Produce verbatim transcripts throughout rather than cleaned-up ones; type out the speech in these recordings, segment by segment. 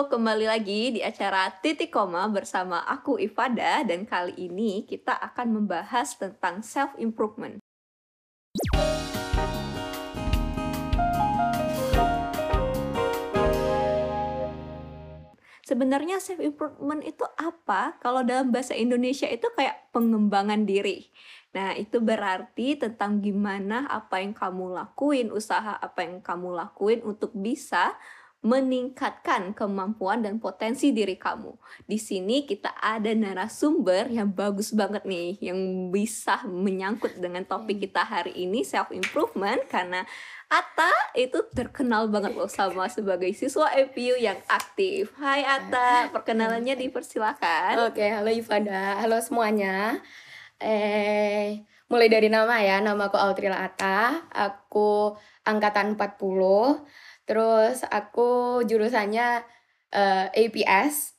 kembali lagi di acara Titik Koma bersama aku Ifada dan kali ini kita akan membahas tentang self improvement. Sebenarnya self improvement itu apa? Kalau dalam bahasa Indonesia itu kayak pengembangan diri. Nah, itu berarti tentang gimana apa yang kamu lakuin, usaha apa yang kamu lakuin untuk bisa meningkatkan kemampuan dan potensi diri kamu. Di sini kita ada narasumber yang bagus banget nih, yang bisa menyangkut dengan topik kita hari ini, self improvement, karena Atta itu terkenal banget loh sama sebagai siswa E P U yang aktif. Hai Atta, perkenalannya dipersilakan. Oke, halo Ifada, halo semuanya. Eh, mulai dari nama ya, nama aku Autrila Atta, aku angkatan empat puluh, terus aku jurusannya eh, A P S,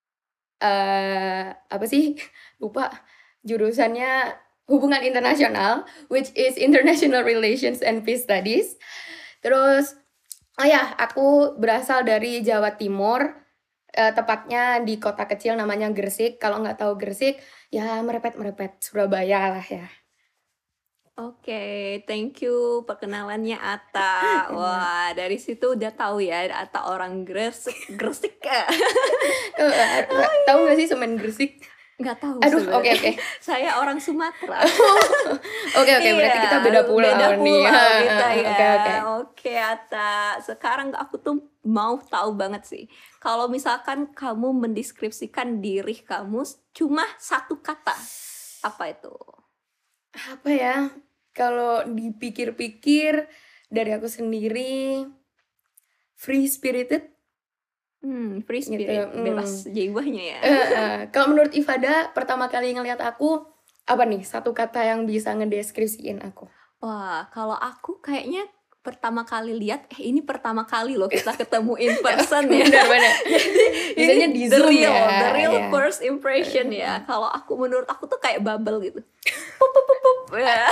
eh, apa sih, lupa, jurusannya Hubungan Internasional, which is International Relations and Peace Studies. Terus, oh ya, aku berasal dari Jawa Timur, Uh, tepatnya di kota kecil namanya Gresik. Kalau nggak tahu Gresik, ya merepet-merepet Surabaya lah ya. Oke, okay, thank you perkenalannya Atta. Wah, dari situ udah tahu ya Atta orang Gresik, Gresik. uh, uh, tahu nggak sih semen Gresik? Nggak tahu. Aduh, oke oke. Okay, okay. Saya orang Sumatera. Oke oke, berarti kita beda pulau, beda pulau nih. Kita ya. Oke okay, okay. okay, Atta. Sekarang aku tuh mau tahu banget sih. Kalau misalkan kamu mendeskripsikan diri kamu cuma satu kata, apa itu? Apa ya? Kalau dipikir-pikir dari aku sendiri, free spirited. Hmm, free spirit, gitu. Bebas hmm. jiwanya ya. Uh, uh. Kalau menurut Ifada, pertama kali ngelihat aku, apa nih satu kata yang bisa ngedeskripsiin aku? Wah, kalau aku kayaknya pertama kali lihat, eh ini pertama kali loh kita ketemu in person ya. Benar-benar. Biasanya di Zoom real, ya. The real ya. first impression ya. Kalau aku menurut aku tuh kayak bubble gitu. Pup pup pup pup. Ya.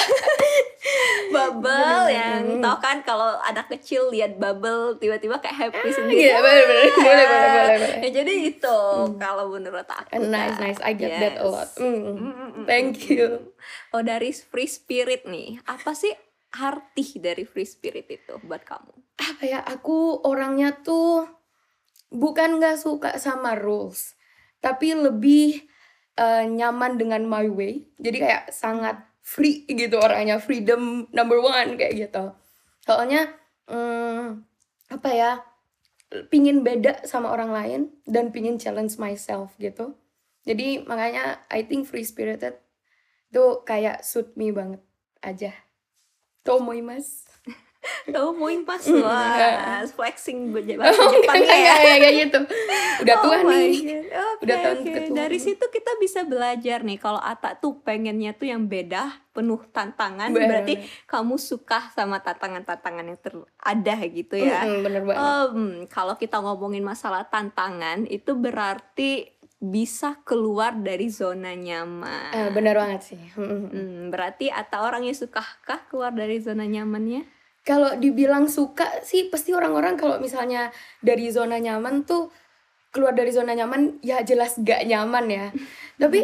Bubble yang tau kan kalau anak kecil lihat bubble tiba-tiba kayak happy sendiri. Iya, benar benar. Boleh boleh boleh. Ya, jadi itu hmm. kalau menurut aku. Nice kan. nice. I get yes. that a lot. Mm. Mm-mm. Thank you. Oh, dari free spirit nih. Apa sih arti dari free spirit itu buat kamu? Apa ya, aku orangnya tuh bukan gak suka sama rules, tapi lebih uh, nyaman dengan my way. Jadi kayak sangat free gitu orangnya, freedom number one kayak gitu. Soalnya um, apa ya, pingin beda sama orang lain dan pingin challenge myself gitu. Jadi makanya I think free spirited tuh kayak suit me banget aja. Tomoimasu. Tomoimasu. Wah, flexing bahasa Jepangnya ya. Kayak gitu. Udah tua oh nih. Okay, Udah tahun okay. ketua. Dari situ kita bisa belajar nih kalau Atta tuh pengennya tuh yang beda, penuh tantangan. Bener, berarti bener. Kamu suka sama tantangan-tantangan yang ter- ada gitu ya. Mm-hmm, bener banget. Um, kalau kita ngomongin masalah tantangan itu berarti bisa keluar dari zona nyaman. Uh, bener banget sih. Hmm, berarti Atta orang yang sukakah keluar dari zona nyamannya? Kalau dibilang suka sih pasti orang-orang kalau misalnya dari zona nyaman tuh keluar dari zona nyaman ya jelas gak nyaman ya. Tapi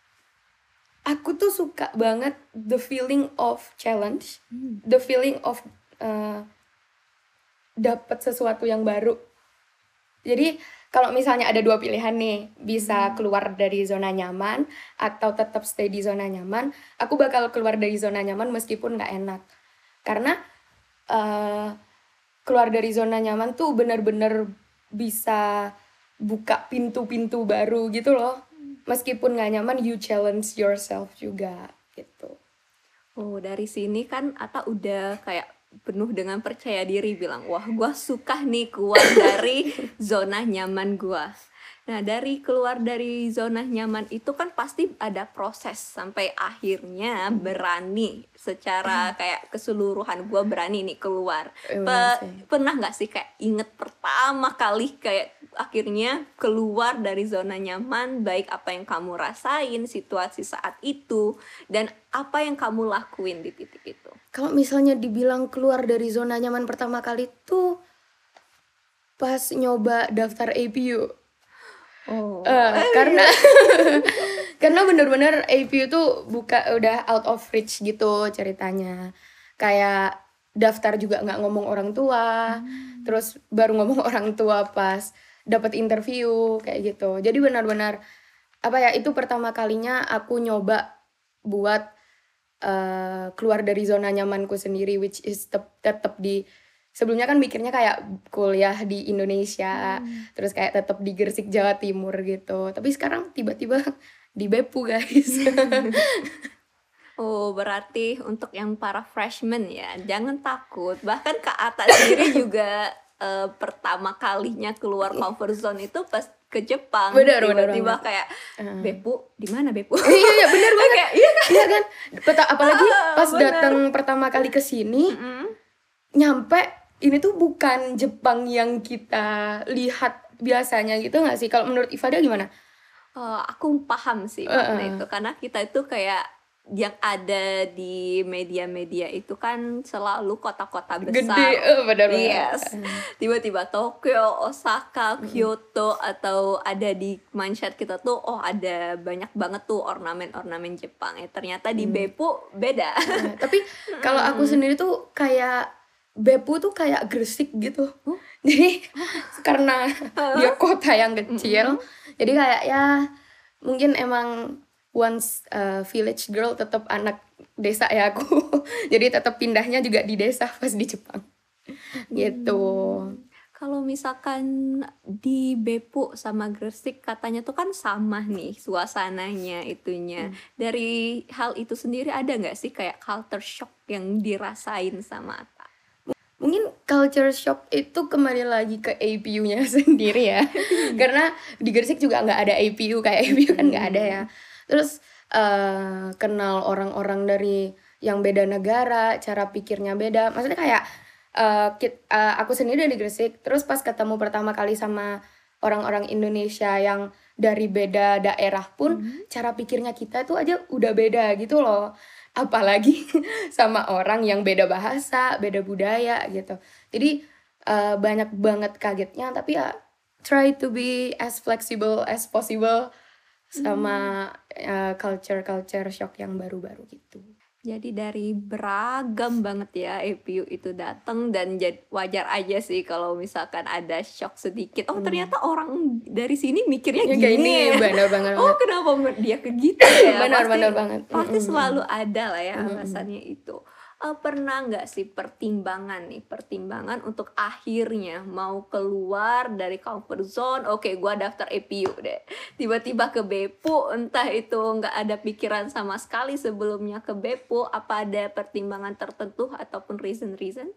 aku tuh suka banget the feeling of challenge, hmm. the feeling of uh, dapat sesuatu yang baru. Jadi kalau misalnya ada dua pilihan nih, bisa keluar dari zona nyaman atau tetap stay di zona nyaman, aku bakal keluar dari zona nyaman meskipun gak enak. Karena uh, keluar dari zona nyaman tuh benar-benar bisa buka pintu-pintu baru gitu loh. Meskipun gak nyaman, you challenge yourself juga gitu. Oh, dari sini kan Atta udah kayak penuh dengan percaya diri bilang, wah gue suka nih keluar dari zona nyaman gue. Nah, dari keluar dari zona nyaman itu kan pasti ada proses sampai akhirnya berani secara kayak keseluruhan gue berani nih keluar. Pe- pernah gak sih kayak inget pertama kali kayak akhirnya keluar dari zona nyaman, baik apa yang kamu rasain, situasi saat itu, dan apa yang kamu lakuin di titik itu? Kalau misalnya dibilang keluar dari zona nyaman pertama kali tuh pas nyoba daftar A P U. Oh. Uh, karena karena bener-bener A P U tuh buka udah out of reach gitu ceritanya. Kayak daftar juga nggak ngomong orang tua, hmm. terus baru ngomong orang tua pas dapat interview kayak gitu. Jadi benar-benar apa ya, itu pertama kalinya aku nyoba buat uh, keluar dari zona nyamanku sendiri, which is tep- tetap di sebelumnya kan mikirnya kayak kuliah di Indonesia, hmm. terus kayak tetap di Gresik Jawa Timur gitu. Tapi sekarang tiba-tiba di Beppu guys. Oh, berarti untuk yang para freshmen ya, jangan takut. Bahkan Kak Ata sendiri juga uh, pertama kalinya keluar comfort zone itu pas ke Jepang. Benar, tiba-tiba benar, kayak uh. Beppu, di mana Beppu? Iya, iya benar banget. Kayak, iya kan? Iya kan? Peta, apalagi pas uh, datang pertama kali ke sini, mm-hmm. nyampe ini tuh bukan Jepang yang kita lihat biasanya gitu nggak sih? Kalau menurut Ifada gimana? Uh, aku paham sih makna uh-uh. itu, karena kita itu kayak yang ada di media-media itu kan selalu kota-kota besar. Gede, uh, benar yes. Tiba-tiba Tokyo, Osaka, Kyoto, uh-uh. atau ada di mindset kita tuh, oh ada banyak banget tuh ornamen-ornamen Jepang. Eh ternyata di hmm. Beppu beda. Uh, tapi kalau aku sendiri tuh kayak Beppu tuh kayak Gresik gitu. Huh? Jadi karena dia kota yang kecil, mm-hmm. jadi kayak ya mungkin emang once uh, village girl tetap anak desa ya aku. Jadi tetap pindahnya juga di desa pas di Jepang. Gitu. Hmm. Kalau misalkan di Beppu sama Gresik katanya tuh kan sama nih suasananya itunya. Hmm. Dari hal itu sendiri ada nggak sih kayak culture shock yang dirasain sama Ata? Mungkin culture shock itu kembali lagi ke A P U-nya sendiri ya. Karena di Gresik juga nggak ada A P U, kayak A P U kan nggak ada ya. Terus uh, kenal orang-orang dari yang beda negara, cara pikirnya beda. Maksudnya kayak uh, kit, uh, aku sendiri dari Gresik, terus pas ketemu pertama kali sama orang-orang Indonesia yang dari beda daerah pun, hmm. cara pikirnya kita tuh aja udah beda gitu loh. Apalagi sama orang yang beda bahasa, beda budaya gitu. Jadi uh, banyak banget kagetnya, tapi ya try to be as flexible as possible sama hmm. uh, culture-culture shock yang baru-baru gitu. Jadi dari beragam banget ya A P U itu datang, dan jad, wajar aja sih kalau misalkan ada shock sedikit. Oh hmm. ternyata orang dari sini mikirnya ya, gini. Gini, benar banget. Oh kenapa dia ke gitu ya? Benar pasti, benar banget. Pasti mm-hmm. selalu ada lah ya alasannya mm-hmm. itu. Uh, pernah nggak sih pertimbangan nih pertimbangan untuk akhirnya mau keluar dari comfort zone? Oke, gue daftar A P U deh. Tiba-tiba ke Beppu, entah itu nggak ada pikiran sama sekali sebelumnya ke Beppu. Apa ada pertimbangan tertentu ataupun reason-reason?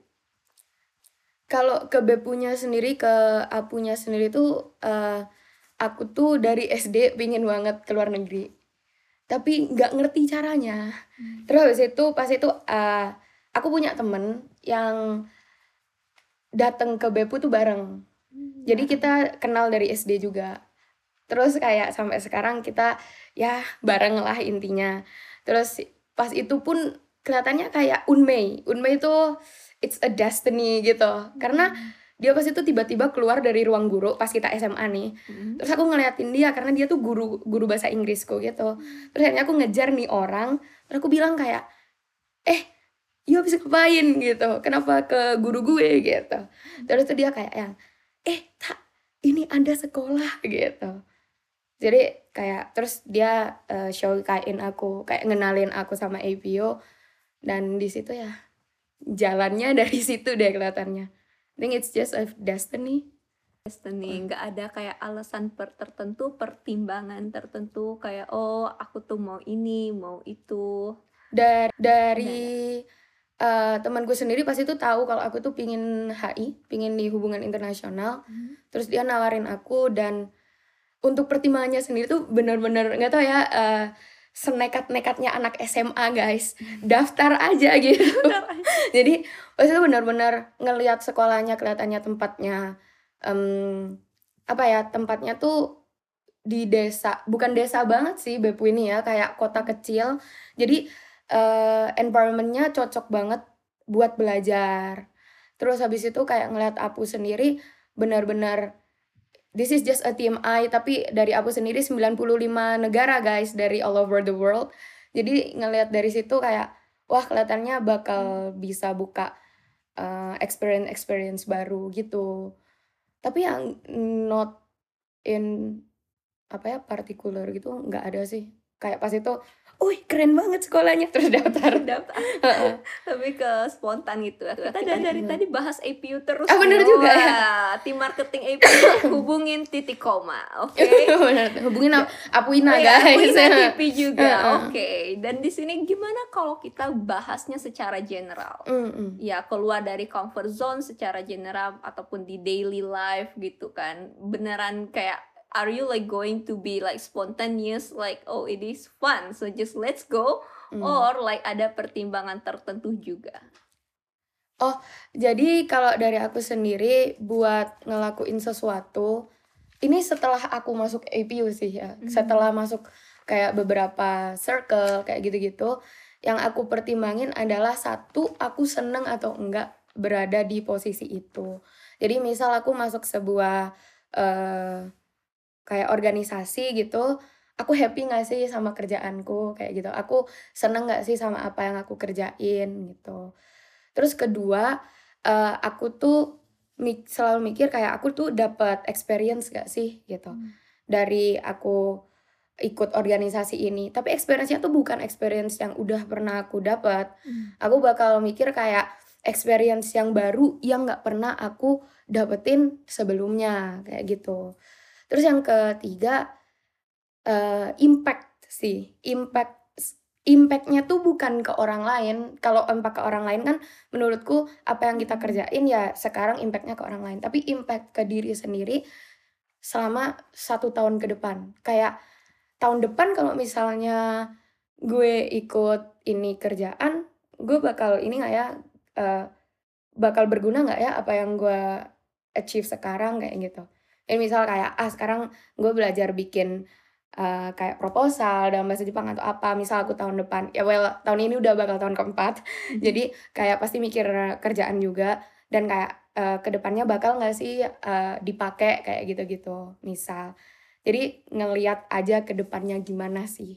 Kalau ke Beppunya sendiri, ke Apunya sendiri tuh, uh, aku tuh dari S D pingin banget keluar negeri. Tapi nggak ngerti caranya. Hmm. Terus habis itu pas itu uh, aku punya temen yang datang ke Beppu tuh bareng. Hmm. Jadi kita kenal dari S D juga. Terus kayak sampai sekarang kita ya bareng lah intinya. Terus pas itu pun kelihatannya kayak unmei. Unmei itu it's a destiny gitu. Hmm. Karena dia pas itu tiba-tiba keluar dari ruang guru pas kita S M A nih. Mm-hmm. Terus aku ngeliatin dia karena dia tuh guru guru bahasa Inggrisku gitu. Mm-hmm. Terus akhirnya aku ngejar nih orang. Terus aku bilang kayak, eh, you habis ngapain gitu? Kenapa ke guru gue gitu? Terus tuh dia kayak yang, eh, tak, ini ada sekolah gitu. Jadi kayak terus dia uh, show-kain aku, kayak ngenalin aku sama A P U. Dan di situ ya jalannya dari situ deh kelihatannya. I think it's just a destiny. Destiny, nggak ada kayak alasan per tertentu, pertimbangan tertentu kayak oh aku tuh mau ini, mau itu. Dari dari uh, temanku sendiri pasti tuh tahu kalau aku tuh pingin H I, pingin di hubungan internasional. Hmm. Terus dia nawarin aku, dan untuk pertimbangannya sendiri tuh benar-benar nggak tahu ya. Uh, senekat-nekatnya anak S M A guys, daftar aja gitu. Jadi pas itu benar-benar ngelihat sekolahnya, kelihatannya tempatnya um, apa ya, tempatnya tuh di desa, bukan desa banget sih Beppu ini ya, kayak kota kecil. Jadi uh, environmentnya cocok banget buat belajar. Terus habis itu kayak ngelihat Apu sendiri, benar-benar this is just a T M I, tapi dari aku sendiri sembilan puluh lima negara guys, dari all over the world. Jadi ngelihat dari situ kayak wah kelihatannya bakal bisa buka uh, experience-experience baru gitu. Tapi yang not in apa ya particular gitu nggak ada sih. Kayak pas itu, wih keren banget sekolahnya, terus daftar. Daftar. Heeh. Lebih ke spontan gitu. Kita dari, dari Hmm. tadi bahas A P U terus. Ah, bener nih. juga ya. Wah, tim marketing A P U hubungin titik koma, oke? Bener, hubungin Ap- Apuina Oh ya, guys. Apuina T V juga, Heeh. oke. Dan di sini gimana kalau kita bahasnya secara general? Mm-mm. Ya keluar dari comfort zone secara general ataupun di daily life gitu kan. Beneran kayak are you like going to be like spontaneous like oh it is fun so just let's go Mm. or like ada pertimbangan tertentu juga. Oh, jadi kalau dari aku sendiri buat ngelakuin sesuatu, ini setelah aku masuk A P U sih ya. Hmm. Setelah masuk kayak beberapa circle kayak gitu-gitu, yang aku pertimbangin adalah satu, aku seneng atau enggak berada di posisi itu. Jadi misal aku masuk sebuah eh kayak organisasi gitu, aku happy gak sih sama kerjaanku kayak gitu. Aku seneng gak sih sama apa yang aku kerjain gitu. Terus kedua, eh, aku tuh mik- selalu mikir kayak aku tuh dapat experience gak sih gitu Hmm. dari aku ikut organisasi ini. Tapi experience-nya tuh bukan experience yang udah pernah aku dapat. Hmm. Aku bakal mikir kayak experience yang baru yang nggak pernah aku dapetin sebelumnya kayak gitu. Terus yang ketiga, eh, impact sih. Impact impactnya tuh bukan ke orang lain. Kalau impact ke orang lain kan menurutku apa yang kita Hmm. kerjain ya sekarang impactnya ke orang lain. Tapi impact ke diri sendiri selama satu tahun ke depan. Kayak tahun depan kalau misalnya gue ikut ini kerjaan, gue bakal ini nggak ya, eh, bakal berguna nggak ya apa yang gue achieve sekarang kayak gitu. Jadi misal kayak ah sekarang gue belajar bikin uh, kayak proposal dalam bahasa Jepang atau apa, misal aku tahun depan ya well tahun ini udah bakal tahun keempat. Hmm. Jadi kayak pasti mikir kerjaan juga dan kayak uh, kedepannya bakal nggak sih uh, dipakai kayak gitu-gitu misal. Jadi ngelihat aja kedepannya gimana sih,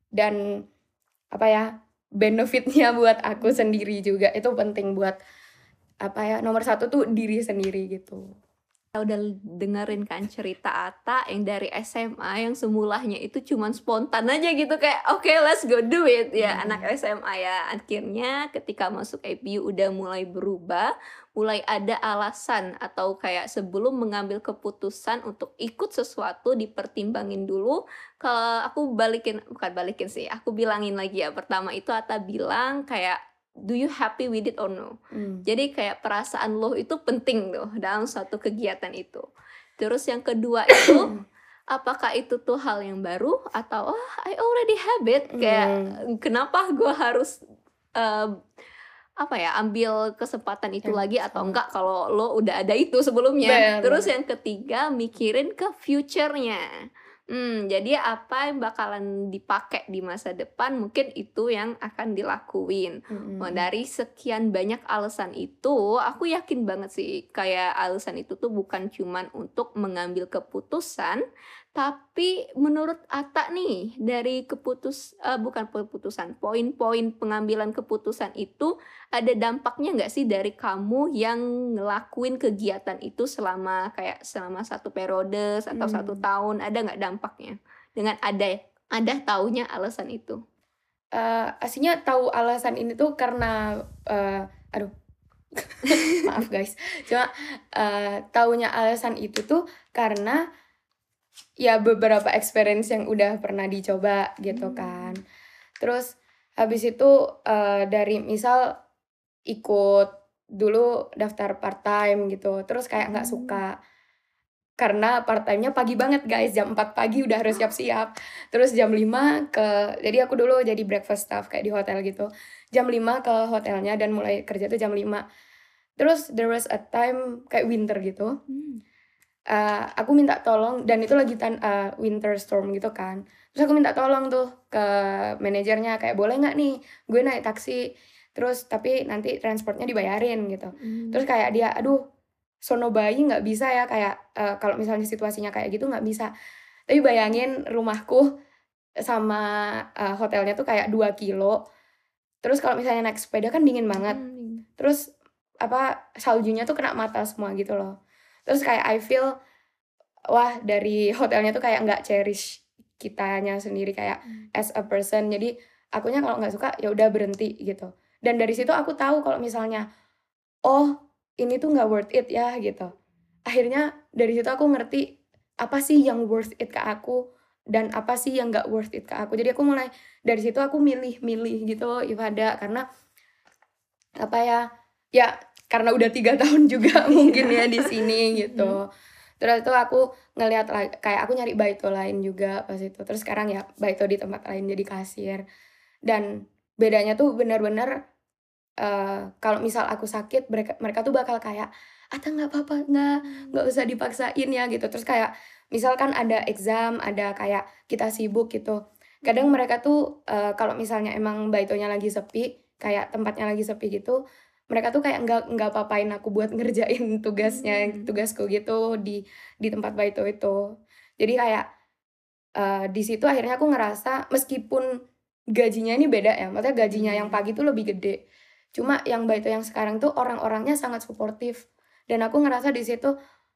dan apa ya benefitnya buat aku sendiri juga itu penting buat apa ya nomor satu tuh diri sendiri gitu. Kita udah dengerin kan cerita Ata yang dari S M A yang semulanya itu cuman spontan aja gitu kayak oke okay, let's go do it ya. Hmm. Anak S M A ya, akhirnya ketika masuk A P U udah mulai berubah, mulai ada alasan atau kayak sebelum mengambil keputusan untuk ikut sesuatu dipertimbangin dulu. Kalau aku balikin bukan balikin sih, aku bilangin lagi ya. Pertama itu Ata bilang kayak do you happy with it or no? Hmm. Jadi kayak perasaan lo itu penting tuh dalam suatu kegiatan itu. Terus yang kedua itu apakah itu tuh hal yang baru atau oh I already have it, kayak Hmm. kenapa gue harus uh, apa ya ambil kesempatan itu Yang lagi atau sama. enggak kalau lo udah ada itu sebelumnya. Bener. Terus yang ketiga mikirin ke future-nya. Hmm, jadi apa yang bakalan dipakai di masa depan mungkin itu yang akan dilakuin. Hmm. Nah, dari sekian banyak alasan itu, aku yakin banget sih kayak alasan itu tuh bukan cuman untuk mengambil keputusan, tapi menurut Ata nih dari keputus uh, bukan keputusan, poin-poin pengambilan keputusan itu ada dampaknya nggak sih dari kamu yang ngelakuin kegiatan itu selama kayak selama satu periode atau Hmm. satu tahun, ada nggak dampaknya dengan ada ada taunya alasan itu? Uh, aslinya tahu alasan ini tuh karena uh, aduh maaf guys, cuma uh, taunya alasan itu tuh karena ya beberapa experience yang udah pernah dicoba gitu kan. Terus habis itu uh, dari misal ikut dulu daftar part time gitu, terus kayak nggak suka karena part time-nya pagi banget guys, jam empat pagi udah harus siap-siap. Terus jam lima ke jadi aku dulu jadi breakfast staff kayak di hotel gitu. Jam lima ke hotelnya dan mulai kerja tuh jam lima. Terus there was a time kayak winter gitu. Hmm. Uh, aku minta tolong dan itu lagi tan uh, winter storm gitu kan. Terus aku minta tolong tuh ke manajernya kayak boleh nggak nih gue naik taksi terus tapi nanti transportnya dibayarin gitu. Hmm. Terus kayak dia aduh sono bayi nggak bisa ya kayak uh, kalau misalnya situasinya kayak gitu nggak bisa. Tapi bayangin rumahku sama uh, hotelnya tuh kayak dua kilo. Terus kalau misalnya naik sepeda kan dingin banget. Hmm. Terus apa saljunya tuh kena mata semua gitu loh. Terus kayak I feel wah dari hotelnya tuh kayak nggak cherish kitanya sendiri kayak Hmm. as a person. Jadi akunya kalau nggak suka ya udah berhenti gitu. Dan dari situ aku tahu kalau misalnya oh ini tuh nggak worth it ya gitu. Akhirnya dari situ aku ngerti apa sih yang worth it ke aku dan apa sih yang nggak worth it ke aku. Jadi aku mulai dari situ aku milih-milih gitu Ifada karena apa ya ya karena udah tiga tahun juga mungkin ya di sini gitu. Terus itu aku ngelihat kayak aku nyari baito lain juga pas itu. Terus sekarang ya baito di tempat lain jadi kasir. Dan bedanya tuh benar-benar uh, kalau misal aku sakit mereka mereka tuh bakal kayak Ata nggak apa-apa nggak nggak usah dipaksain ya gitu. Terus kayak misalkan ada exam ada kayak kita sibuk gitu. Kadang mereka tuh uh, kalau misalnya emang baitonya lagi sepi kayak tempatnya lagi sepi gitu mereka tuh kayak nggak nggak apa-apain aku buat ngerjain tugasnya Hmm. tugasku gitu di di tempat baito itu. Jadi kayak uh, di situ akhirnya aku ngerasa meskipun gajinya ini beda ya, maksudnya gajinya yang Hmm. pagi tuh lebih gede. Cuma yang baito yang sekarang tuh orang-orangnya sangat suportif dan aku ngerasa di situ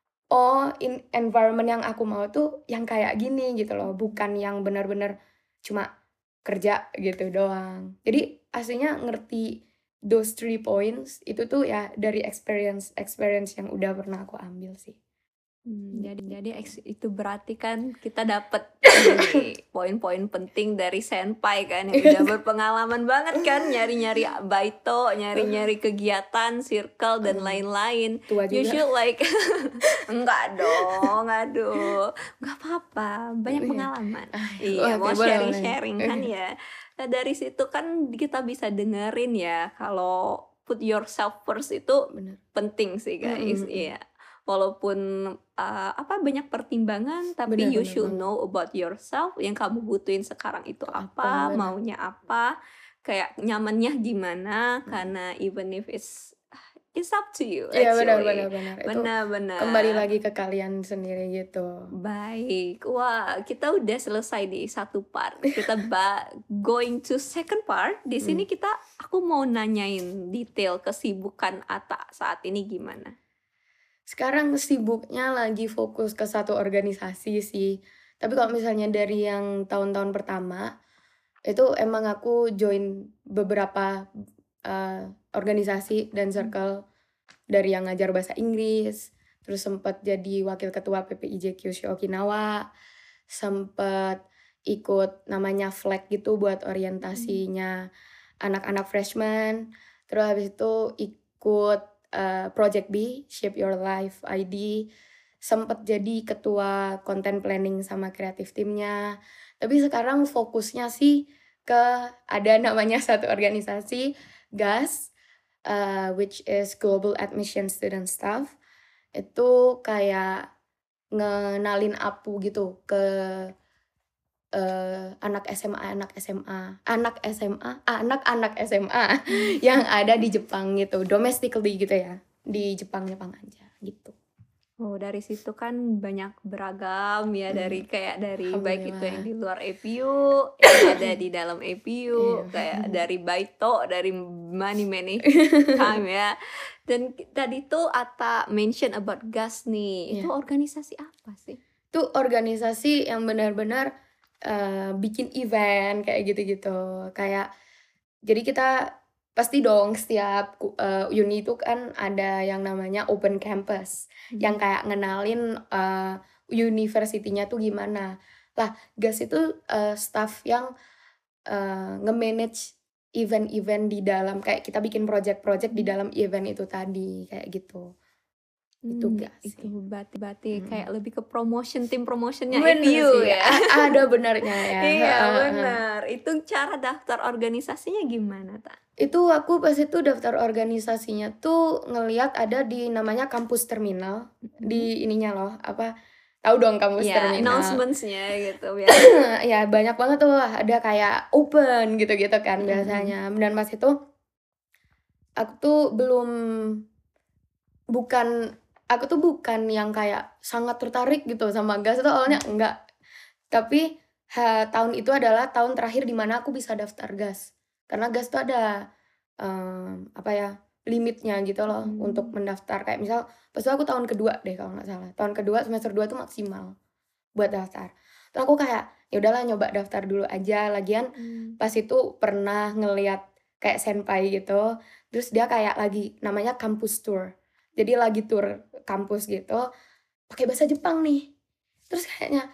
oh in environment yang aku mau tuh yang kayak gini gitu loh, bukan yang benar-benar cuma kerja gitu doang. Jadi aslinya ngerti those three points itu tuh ya dari experience experience yang udah pernah aku ambil sih. Hmm, jadi Gitu. jadi eks- itu berarti kan kita dapat ini poin-poin penting dari senpai kan yang udah berpengalaman banget kan nyari-nyari baito, nyari-nyari kegiatan, circle dan Hmm, lain-lain. tua You juga. should like enggak dong, aduh. Enggak apa-apa, banyak Iya. pengalaman. Ah, Iya, oke mau boleh boleh. sharing-sharing kan ya. Nah, dari situ kan kita bisa dengerin ya kalau put yourself first itu Bener. penting sih guys. Mm-mm. Iya. Walaupun uh, apa banyak pertimbangan tapi Bener you bener should banget. know about yourself yang kamu butuhin sekarang itu Itu apa, apa, bener. maunya apa, kayak nyamannya gimana Hmm. karena even if it's it's up to you Iya benar actually. benar benar. Itu Benar-benar. kembali lagi ke kalian sendiri gitu. Baik, wah kita udah selesai di satu part. Kita ba going to second part. Di sini Hmm. kita, aku mau nanyain detail kesibukan Ata saat ini gimana? Sekarang sibuknya lagi fokus ke satu organisasi sih. Tapi kalau misalnya dari yang tahun-tahun pertama, itu emang aku join beberapa uh, organisasi dan circle dari yang ngajar bahasa Inggris, terus sempat jadi wakil ketua P P I J Q S Okinawa, sempat ikut namanya flag gitu buat orientasinya anak-anak freshman, terus habis itu ikut uh, Project B, Shape Your Life I D, sempat jadi ketua content planning sama kreatif timnya. Tapi sekarang fokusnya sih ke ada namanya satu organisasi G A S, uh, which is Global Admission Student Staff. Itu kayak ngenalin Apu gitu ke uh, anak S M A anak S M A anak S M A anak-anak S M A yang ada di Jepang gitu, domestically gitu ya, di Jepang Jepang aja gitu. Oh, dari situ kan banyak beragam ya, Hmm. dari kayak dari baik itu yang Alhamdulillah. di luar A P U, yang ada di dalam A P U, Iya. kayak dari baito, dari many many time ya. Dan k- tadi tuh Ata mention about G A S nih, itu Iya. organisasi apa sih? Itu organisasi yang benar-benar uh, bikin event kayak gitu-gitu. Kayak jadi kita pasti dong setiap uh, uni itu kan ada yang namanya open campus yang kayak ngenalin uh, universitinya tuh gimana. Lah, G A S itu uh, staff yang uh, nge-manage event-event di dalam kayak kita bikin project-project di dalam event itu tadi kayak gitu. Itu Hmm, G A S itu sih. berarti Mm-mm. kayak lebih ke promotion, tim promotionnya A P Bener U sih, ya. a- ada benernya ya. Iya Heeh, heeh. benar. Itu cara daftar organisasinya gimana, Ta? Itu aku pas itu daftar organisasinya tuh ngelihat ada di namanya kampus terminal di ininya loh apa tahu dong kampus Ya, terminal. announcements-nya gitu ya. Ya banyak banget tuh ada kayak open gitu-gitu kan Mm-mm. biasanya. Dan pas itu aku tuh belum bukan aku tuh bukan yang kayak sangat tertarik gitu sama gas itu awalnya enggak. Tapi ha, tahun itu adalah tahun terakhir di mana aku bisa daftar gas. Karena gas tuh ada em, apa ya limitnya gitu loh Hmm. untuk mendaftar. Kayak misal pas itu aku tahun kedua deh kalau nggak salah. Tahun kedua semester dua tuh maksimal buat daftar. Terus aku kayak ya udahlah nyoba daftar dulu aja. Lagian Hmm. pas itu pernah ngeliat kayak senpai gitu. Terus dia kayak lagi namanya campus tour. Jadi lagi tour kampus gitu pakai bahasa Jepang nih. Terus kayaknya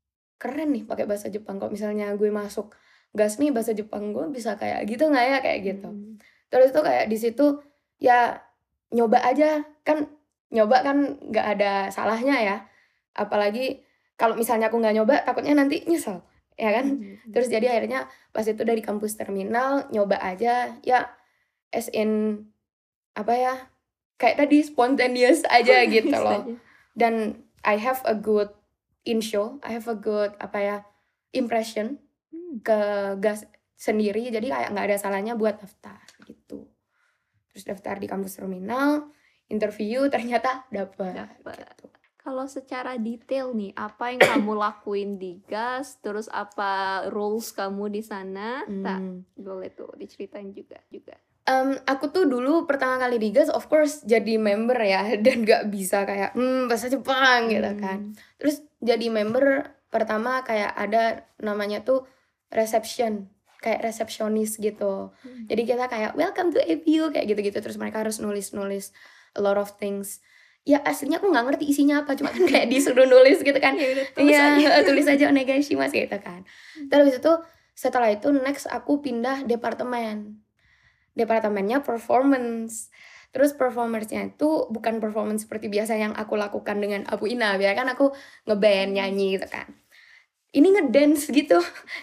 keren nih pakai bahasa Jepang. Kalau misalnya gue masuk gas nih bahasa Jepang gue bisa kayak gitu nggak ya kayak gitu. Hmm. Terus itu kayak di situ ya nyoba aja kan nyoba kan nggak ada salahnya ya. Apalagi kalau misalnya aku nggak nyoba takutnya nanti nyesel ya kan. Hmm. Terus jadi akhirnya pas itu dari kampus terminal nyoba aja ya as in apa ya kayak tadi spontaneous aja gitu Bisa loh. aja. Dan I have a good inshow, I have a good apa ya impression Hmm. ke gas sendiri. Jadi kayak nggak ada salahnya buat daftar gitu. Terus daftar di kampus terminal, interview ternyata dapet Dapet. gitu. Kalau secara detail nih, apa yang kamu lakuin di gas, terus apa roles kamu di sana? Tak, Hmm. boleh tuh diceritain juga juga. Um, aku tuh dulu pertama kali di gas of course jadi member ya dan gak bisa kayak hmm bahasa Jepang gitu kan. Hmm. Terus jadi member pertama kayak ada namanya tuh reception, kayak resepsionis gitu. Hmm. Jadi kita kayak welcome to A P U kayak gitu-gitu terus mereka harus nulis-nulis a lot of things. Ya aslinya aku nggak ngerti isinya apa, cuma kan kayak disuruh nulis gitu kan. Ya udah tulis Iya, aja. tulis aja onegaishimasu gitu kan. Terus itu setelah itu next aku pindah departemen. Departemennya performance. Terus performance-nya itu bukan performance seperti biasa yang aku lakukan dengan Abu Ina. Biar kan aku ngeband, nyanyi gitu kan. Ini ngedance gitu,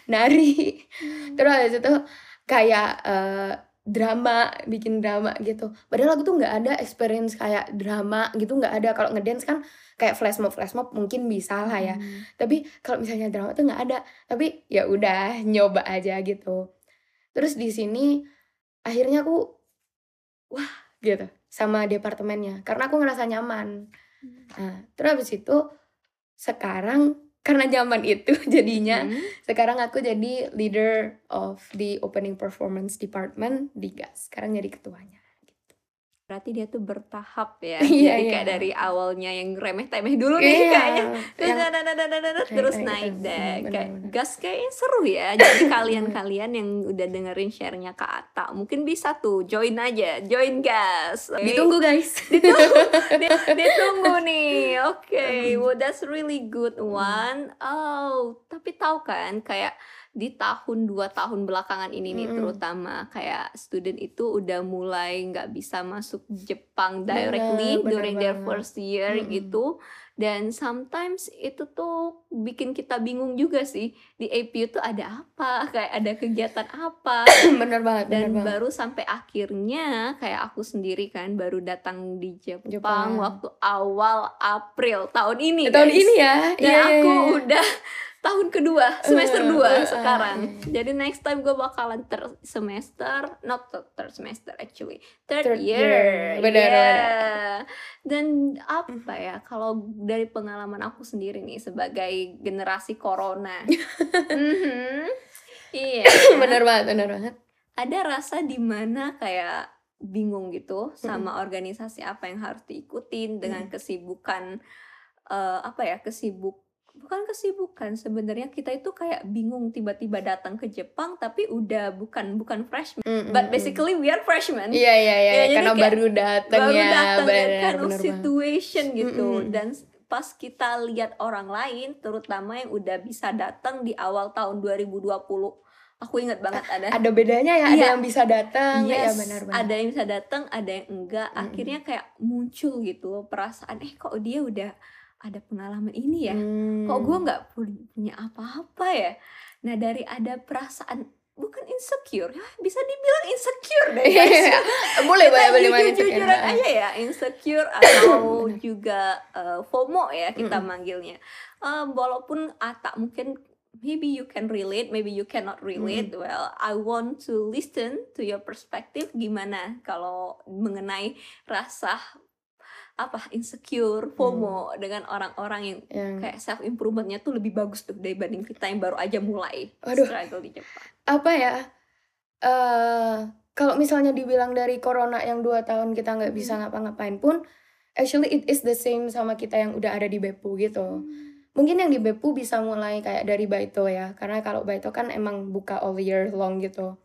nari. Hmm. Terus habis itu kayak uh, drama, bikin drama gitu. Padahal aku tuh nggak ada experience kayak drama gitu, nggak ada. Kalau ngedance kan kayak flash mob, flash mob mungkin bisa lah ya. Hmm. Tapi kalau misalnya drama tuh nggak ada. Tapi ya udah nyoba aja gitu. Terus di sini akhirnya aku wah gitu sama departemennya karena aku ngerasa nyaman. Nah, terus habis itu sekarang karena nyaman itu jadinya Hmm. sekarang aku jadi leader of the opening performance department di gas. Sekarang jadi ketuanya. Berarti dia tuh bertahap ya. Iya, Jadi iya. kayak dari awalnya yang remeh-temeh dulu nih Iya, kayaknya. Terus yang terus naik-naik naik gitu. deh. Hmm, Kayak benar-benar. gas kayaknya seru ya. Jadi kalian-kalian yang udah dengerin share-nya Kak Ata, mungkin bisa tuh join aja, join gas. Oke. Ditunggu guys. Ditunggu, di- ditunggu nih. Oke, okay. Hmm. Well that's really good one. Oh, tapi tahu kan kayak di tahun dua tahun belakangan ini nih Mm-mm. terutama kayak student itu udah mulai nggak bisa masuk Jepang Bener, directly bener during their banget. first year Mm-mm. gitu. Dan sometimes itu tuh bikin kita bingung juga sih di A P U tuh ada apa, kayak ada kegiatan apa. Bener banget, bener Dan banget. baru sampai akhirnya kayak aku sendiri kan baru datang di Jepang, Jepang. waktu awal April tahun ini Tahun guys. ini ya. Dan Iya, iya, aku iya. udah tahun kedua, semester Uh, dua uh, uh, sekarang. iya. Jadi next time gue bakalan third semester, not third, third semester actually, third, Third year. year. Benar, Yeah. benar. Dan apa ya, kalau dari pengalaman aku sendiri nih sebagai generasi corona, mhm, iya, Bener banget, bener banget. ada rasa dimana kayak bingung gitu Mm-mm. sama organisasi apa yang harus diikutin dengan Mm-mm. kesibukan eh, apa ya kesibuk bukan kesibukan sebenarnya kita itu kayak bingung tiba-tiba datang ke Jepang tapi udah bukan bukan freshman, Mm-mm. but basically we are freshmen. Iya, iya, iya. Ya, jadi Karena kayak baru datang baru ya. datang Bener, kan kind of bener banget. situation gitu. Mm-mm. Dan pas kita lihat orang lain terutama yang udah bisa datang di awal tahun dua ribu dua puluh, aku ingat banget ada Ada bedanya ya, ada Iya. yang bisa datang. Ya yes, benar, benar. ada yang bisa datang, ada yang enggak. Mm-mm. Akhirnya kayak muncul gitu perasaan, eh kok dia udah ada pengalaman ini ya, kok Hmm. gue nggak pu- punya apa-apa ya. Nah dari ada perasaan bukan insecure, ya bisa dibilang insecure deh guys. Boleh, Kita boleh, boleh banget. jujur-jujuran aja ya, insecure atau Benar. juga uh, FOMO ya kita Mm-mm. manggilnya. Uh, walaupun Ata mungkin maybe you can relate, maybe you cannot relate. Mm-mm. Well, I want to listen to your perspective. Gimana kalau mengenai rasa apa insecure, Hmm. FOMO dengan orang-orang yang Yang kayak self improvementnya tuh lebih bagus tuh dibanding kita yang baru aja mulai Waduh, struggle di Jepang. apa ya? eh kalau misalnya dibilang dari corona yang dua tahun kita nggak bisa Mhm. ngapa-ngapain pun, actually it is the same sama kita yang udah ada di Beppu gitu. Hmm. Mungkin yang di Beppu bisa mulai kayak dari Baito ya, karena kalau Baito kan emang buka all year long gitu.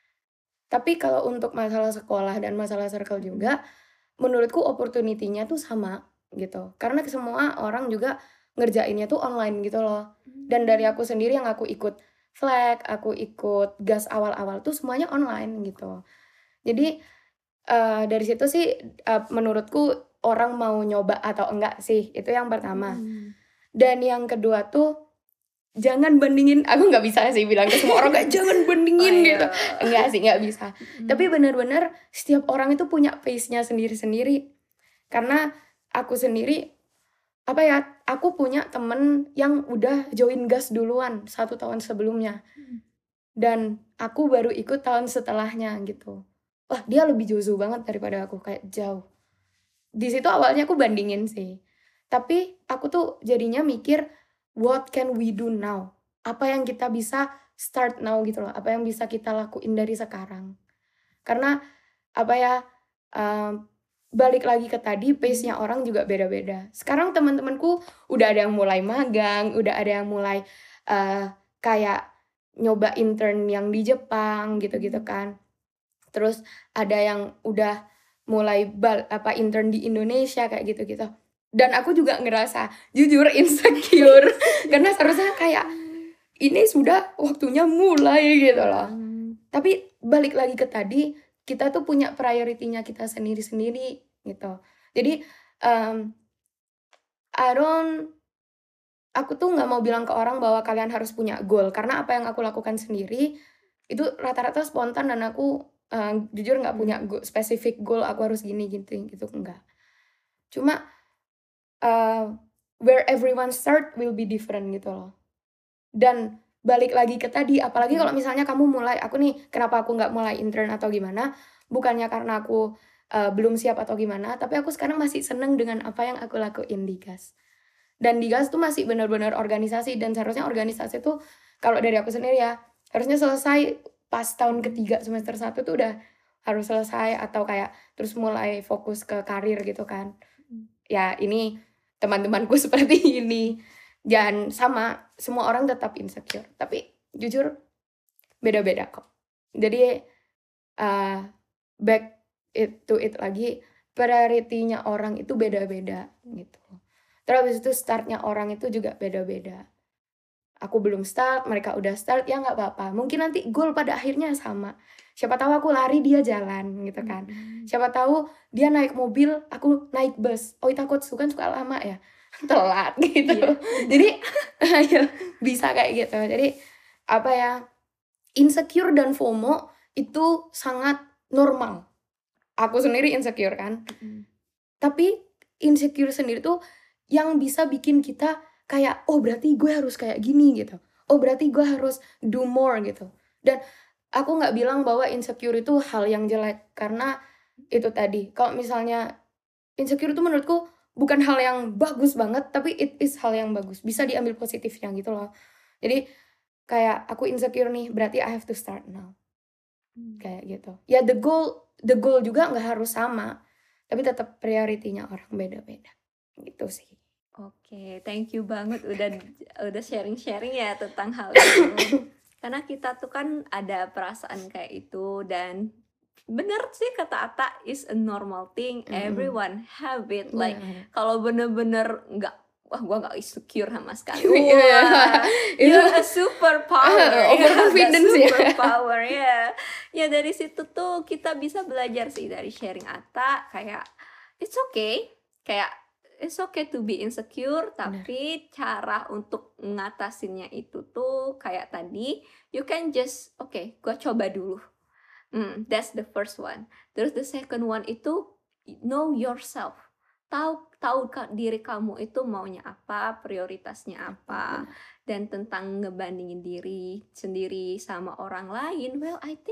Tapi kalau untuk masalah sekolah dan masalah circle Mhm. juga, menurutku opportunity-nya tuh sama gitu. Karena semua orang juga ngerjainnya tuh online gitu loh. Dan dari Hmm. aku sendiri yang aku ikut flag, aku ikut gas awal-awal tuh semuanya online gitu. Jadi eh, dari situ sih eh, menurutku orang mau nyoba atau enggak sih, itu yang pertama. Hmm. Dan yang kedua tuh jangan bandingin, aku nggak bisa sih bilang ke semua orang kayak jangan bandingin Oh gitu. ya. Enggak sih, nggak bisa. Mhm. Tapi benar-benar setiap orang itu punya pace-nya sendiri-sendiri. Karena aku sendiri, apa ya, aku punya temen yang udah join gas duluan satu tahun sebelumnya. Hmm. Dan aku baru ikut tahun setelahnya gitu. Wah, dia lebih jozo banget daripada aku, kayak jauh. Di situ awalnya aku bandingin sih. Tapi aku tuh jadinya mikir, what can we do now? Apa yang kita bisa start now gitu loh. Apa yang bisa kita lakuin dari sekarang. Karena apa ya, um, balik lagi ke tadi, pace-nya orang juga beda-beda. Sekarang teman-temanku udah ada yang mulai magang, udah ada yang mulai uh, kayak nyoba intern yang di Jepang gitu-gitu Hmm. kan. Terus ada yang udah mulai bal apa intern di Indonesia kayak gitu-gitu. Dan aku juga ngerasa jujur insecure karena seharusnya kayak ini sudah waktunya mulai gitu loh. Hmm. Tapi balik lagi ke tadi, kita tuh punya priority-nya kita sendiri-sendiri gitu. Jadi um, I don't aku tuh nggak mau bilang ke orang bahwa kalian harus punya goal karena apa yang aku lakukan sendiri itu rata-rata spontan dan aku eh, jujur nggak punya Hmm. go- specific goal aku harus gini gitu gitu enggak. Cuma eh, where everyone start will be different gitu loh. Dan balik lagi ke tadi, apalagi Mhm. kalau misalnya kamu mulai, aku nih kenapa aku nggak mulai intern atau gimana, bukannya karena aku eh, belum siap atau gimana, tapi aku sekarang masih seneng dengan apa yang aku lakuin di gas. Dan di gas tuh masih benar-benar organisasi, dan seharusnya organisasi tuh kalau dari aku sendiri ya, harusnya selesai pas tahun Mhm. ketiga semester satu tuh udah harus selesai atau kayak terus mulai fokus ke karir gitu kan. Mhm. Ya ini teman-temanku seperti ini. Dan sama, semua orang tetap insecure. Tapi jujur beda-beda kok. Jadi uh, back it to it lagi, priority-nya orang itu beda-beda gitu. Terus habis itu start-nya orang itu juga beda-beda. Aku belum start, mereka udah start, ya nggak apa-apa. Mungkin nanti goal pada akhirnya sama. Siapa tahu aku lari, dia jalan gitu kan. Mhm. Siapa tahu dia naik mobil, aku naik bus. Oh, takut kan suka lama ya. Telat gitu. Iya, benar. Jadi ya bisa kayak gitu. Jadi apa ya? Insecure dan FOMO itu sangat normal. Aku sendiri insecure kan. Mhm. Tapi insecure sendiri tuh yang bisa bikin kita kayak, oh berarti gue harus kayak gini gitu. Oh berarti gue harus do more gitu. Dan aku nggak bilang bahwa insecure itu hal yang jelek. Karena itu tadi, kalau misalnya insecure itu menurutku bukan hal yang bagus banget, tapi it is hal yang bagus. Bisa diambil positifnya gitu loh. Jadi kayak aku insecure nih, berarti I have to start now. Hmm. Kayak gitu. Ya the goal, the goal juga nggak harus sama. Tapi tetap priority-nya orang beda-beda. Gitu sih. Oke, thank you banget udah udah sharing-sharing ya tentang hal itu. Karena kita tuh kan ada perasaan kayak itu dan bener sih kata Ata is a normal thing, Mm-mm. everyone have it. Like Iya. kalau bener-bener nggak, wah gua nggak insecure sama sekali. Iya. Wah, Itu you're a superpower. You have that overconfidence ya. superpower ya. Ya dari situ tuh kita bisa belajar sih dari sharing Ata kayak it's okay, kayak it's okay to be insecure, Benar. tapi cara untuk ngatasinnya itu tuh kayak tadi, you can just, oke, okay, gue coba dulu. Hmm, that's the first one. Terus the second one itu know yourself. Tahu tahu ka- diri kamu itu maunya apa, prioritasnya apa, Benar. dan tentang ngebandingin diri sendiri sama orang lain. Well, I think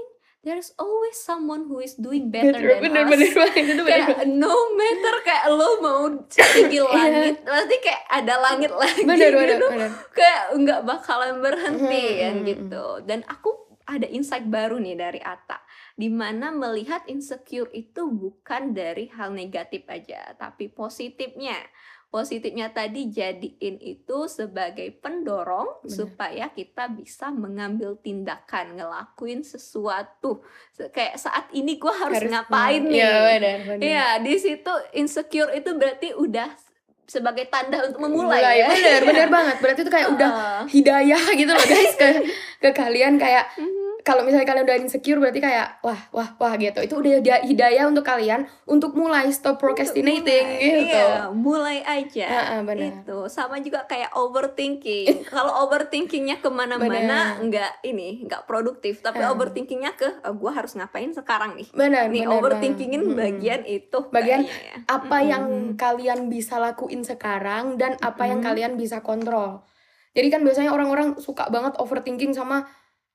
there's always someone who is doing better Bener than bener us. bener banget, itu bener Kayak banget. no matter kayak lo mau setinggi Iya. langit, pasti kayak ada langit lagi Bener bener gitu. bener. Kayak nggak bakalan Mhm berhenti mhm kan mhm. gitu. Dan aku ada insight baru nih dari Atta, di mana melihat insecure itu bukan dari hal negatif aja, tapi positifnya. Positifnya tadi jadiin itu sebagai pendorong Bener. supaya kita bisa mengambil tindakan, ngelakuin sesuatu. Se- Kayak saat ini gue harus Harus ngapain iya nih? bener bener. Iya, di situ insecure itu berarti udah sebagai tanda untuk memulai Mulai ya. bener bener banget. Berarti itu kayak udah Heeh. hidayah gitu loh guys ke ke kalian kayak Mhm. kalau misalnya kalian udah insecure berarti kayak wah wah wah gitu. Itu udah hida- hidayah untuk kalian untuk mulai stop Untuk procrastinating mulai, gitu. iya, mulai aja. Heeh, benar. Itu sama juga kayak overthinking. Kalau overthinkingnya kemana-mana, Benar. nggak ini, nggak produktif. Tapi Ah. overthinkingnya ke, oh, gue harus ngapain sekarang nih. Benar, Nih benar overthinkingin banget. Mm-mm. bagian itu Bagian kayaknya ya. apa Mm-mm. yang kalian bisa lakuin sekarang dan apa yang Mm-mm. kalian bisa kontrol. Jadi kan biasanya orang-orang suka banget overthinking sama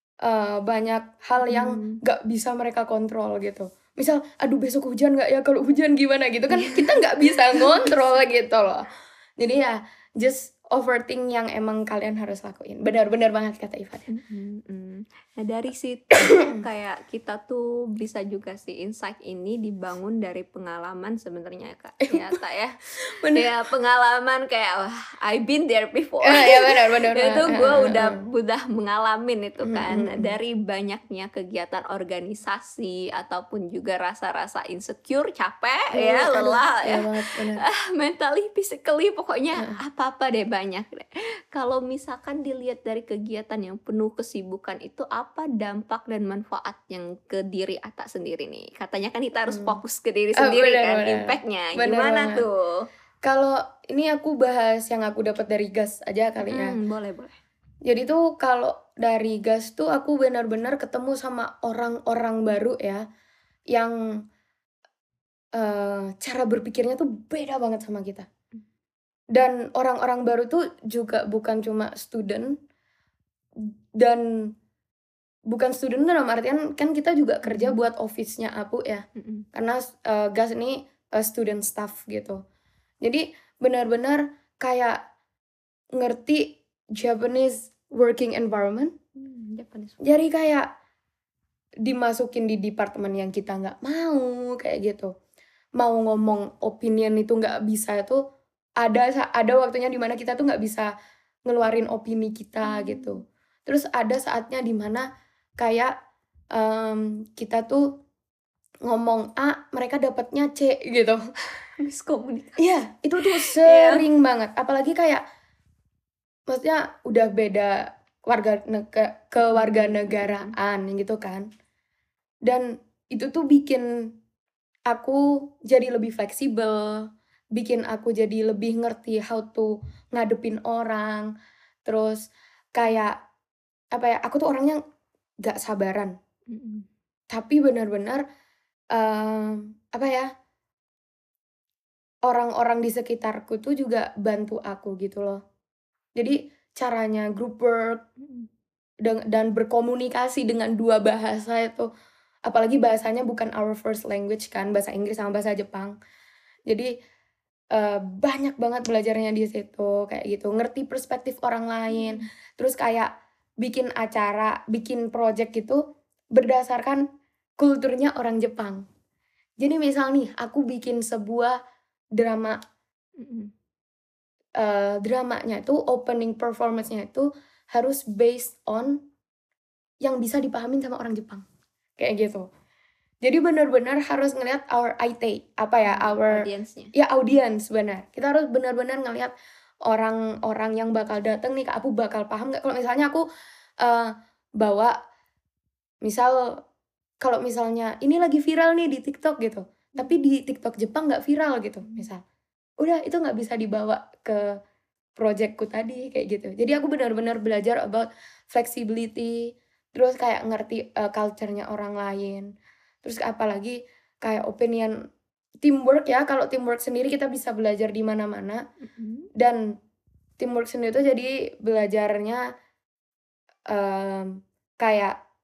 uh, banyak hal yang Mm. gak bisa mereka kontrol gitu. Misal, aduh besok hujan gak ya? Kalau hujan gimana gitu kan kita gak bisa ngontrol gitu loh. Jadi ya just overthink yang emang kalian harus lakuin. Benar-benar banget kata Ivan. Mm-mm. Nah dari situ kayak kita tuh bisa juga sih insight ini dibangun dari pengalaman sebenarnya kak ya tak ya. Bener. Ya pengalaman kayak wah I been there before. Ah, ya benar benar. Itu Ah, gue ah, udah ah. udah mengalamin itu kan Mm, mm, mm. dari banyaknya kegiatan organisasi ataupun juga rasa-rasa insecure, capek Hmm, ya, aduh, lelah iya ya. banget, benar. Ah, mentally, physically, pokoknya Heeh. apa-apa deh banyak deh. Kalau misalkan dilihat dari kegiatan yang penuh kesibukan itu apa dampak dan manfaat yang ke diri Atta sendiri nih? Katanya kan kita harus Hmm. fokus ke diri Ah, sendiri benar, kan, benar. impactnya Benar gimana banget. tuh? Kalau ini aku bahas yang aku dapat dari gas aja kali ya. Hmm, boleh boleh. Jadi tuh kalau dari gas tuh aku benar-benar ketemu sama orang-orang baru ya yang eh, cara berpikirnya tuh beda banget sama kita. Dan orang-orang baru tuh juga bukan cuma student dan bukan student dalam artian kan kita juga kerja Hmm. buat office-nya aku ya. Mm-mm. Karena uh, gas ini uh, student staff gitu. Jadi benar-benar kayak ngerti Japanese working environment. Hmm, Japanese. Jadi kayak dimasukin di departemen yang kita nggak mau kayak gitu. Mau ngomong opinion itu nggak bisa itu ada sa- ada waktunya dimana kita tuh nggak bisa ngeluarin opini kita Hmm. gitu. Terus ada saatnya dimana kayak em, kita tuh ngomong A, mereka dapatnya C gitu. Miskomunikasi. Iya, itu tuh sering banget. Apalagi kayak maksudnya udah beda warga nega, kewarganegaraan gitu kan. Dan itu tuh bikin aku jadi lebih fleksibel, bikin aku jadi lebih ngerti how to ngadepin orang. Terus kayak apa ya? Aku tuh orangnya gak sabaran. Mm-mm. Tapi benar-benar em, apa ya? Orang-orang di sekitarku tuh juga bantu aku gitu loh. Jadi caranya group work Mm-mm. dan, dan berkomunikasi dengan dua bahasa itu, apalagi bahasanya bukan our first language kan, bahasa Inggris sama bahasa Jepang. Jadi eh, banyak banget belajarnya di situ kayak gitu, ngerti perspektif orang lain. Hmm. Terus kayak bikin acara, bikin project gitu berdasarkan kulturnya orang Jepang. Jadi misal nih aku bikin sebuah drama, Mm-mm. eh, dramanya itu opening performance-nya itu harus based on yang bisa dipahamin sama orang Jepang kayak gitu. Jadi benar-benar harus ngelihat our I T apa ya, Hmm, our audiensnya. ya audience benar. Kita harus benar-benar ngelihat orang-orang yang bakal datang nih, aku bakal paham nggak kalau misalnya aku eh, bawa misal kalau misalnya ini lagi viral nih di TikTok gitu, tapi di TikTok Jepang nggak viral gitu misal. Udah itu nggak bisa dibawa ke projectku tadi kayak gitu. Jadi aku benar-benar belajar about flexibility, terus kayak ngerti uh, culture-nya orang lain. Terus apalagi kayak opinion teamwork ya. Kalau teamwork sendiri kita bisa belajar di mana-mana, Mm-mm. dan teamwork sendiri itu jadi belajarnya um, kayak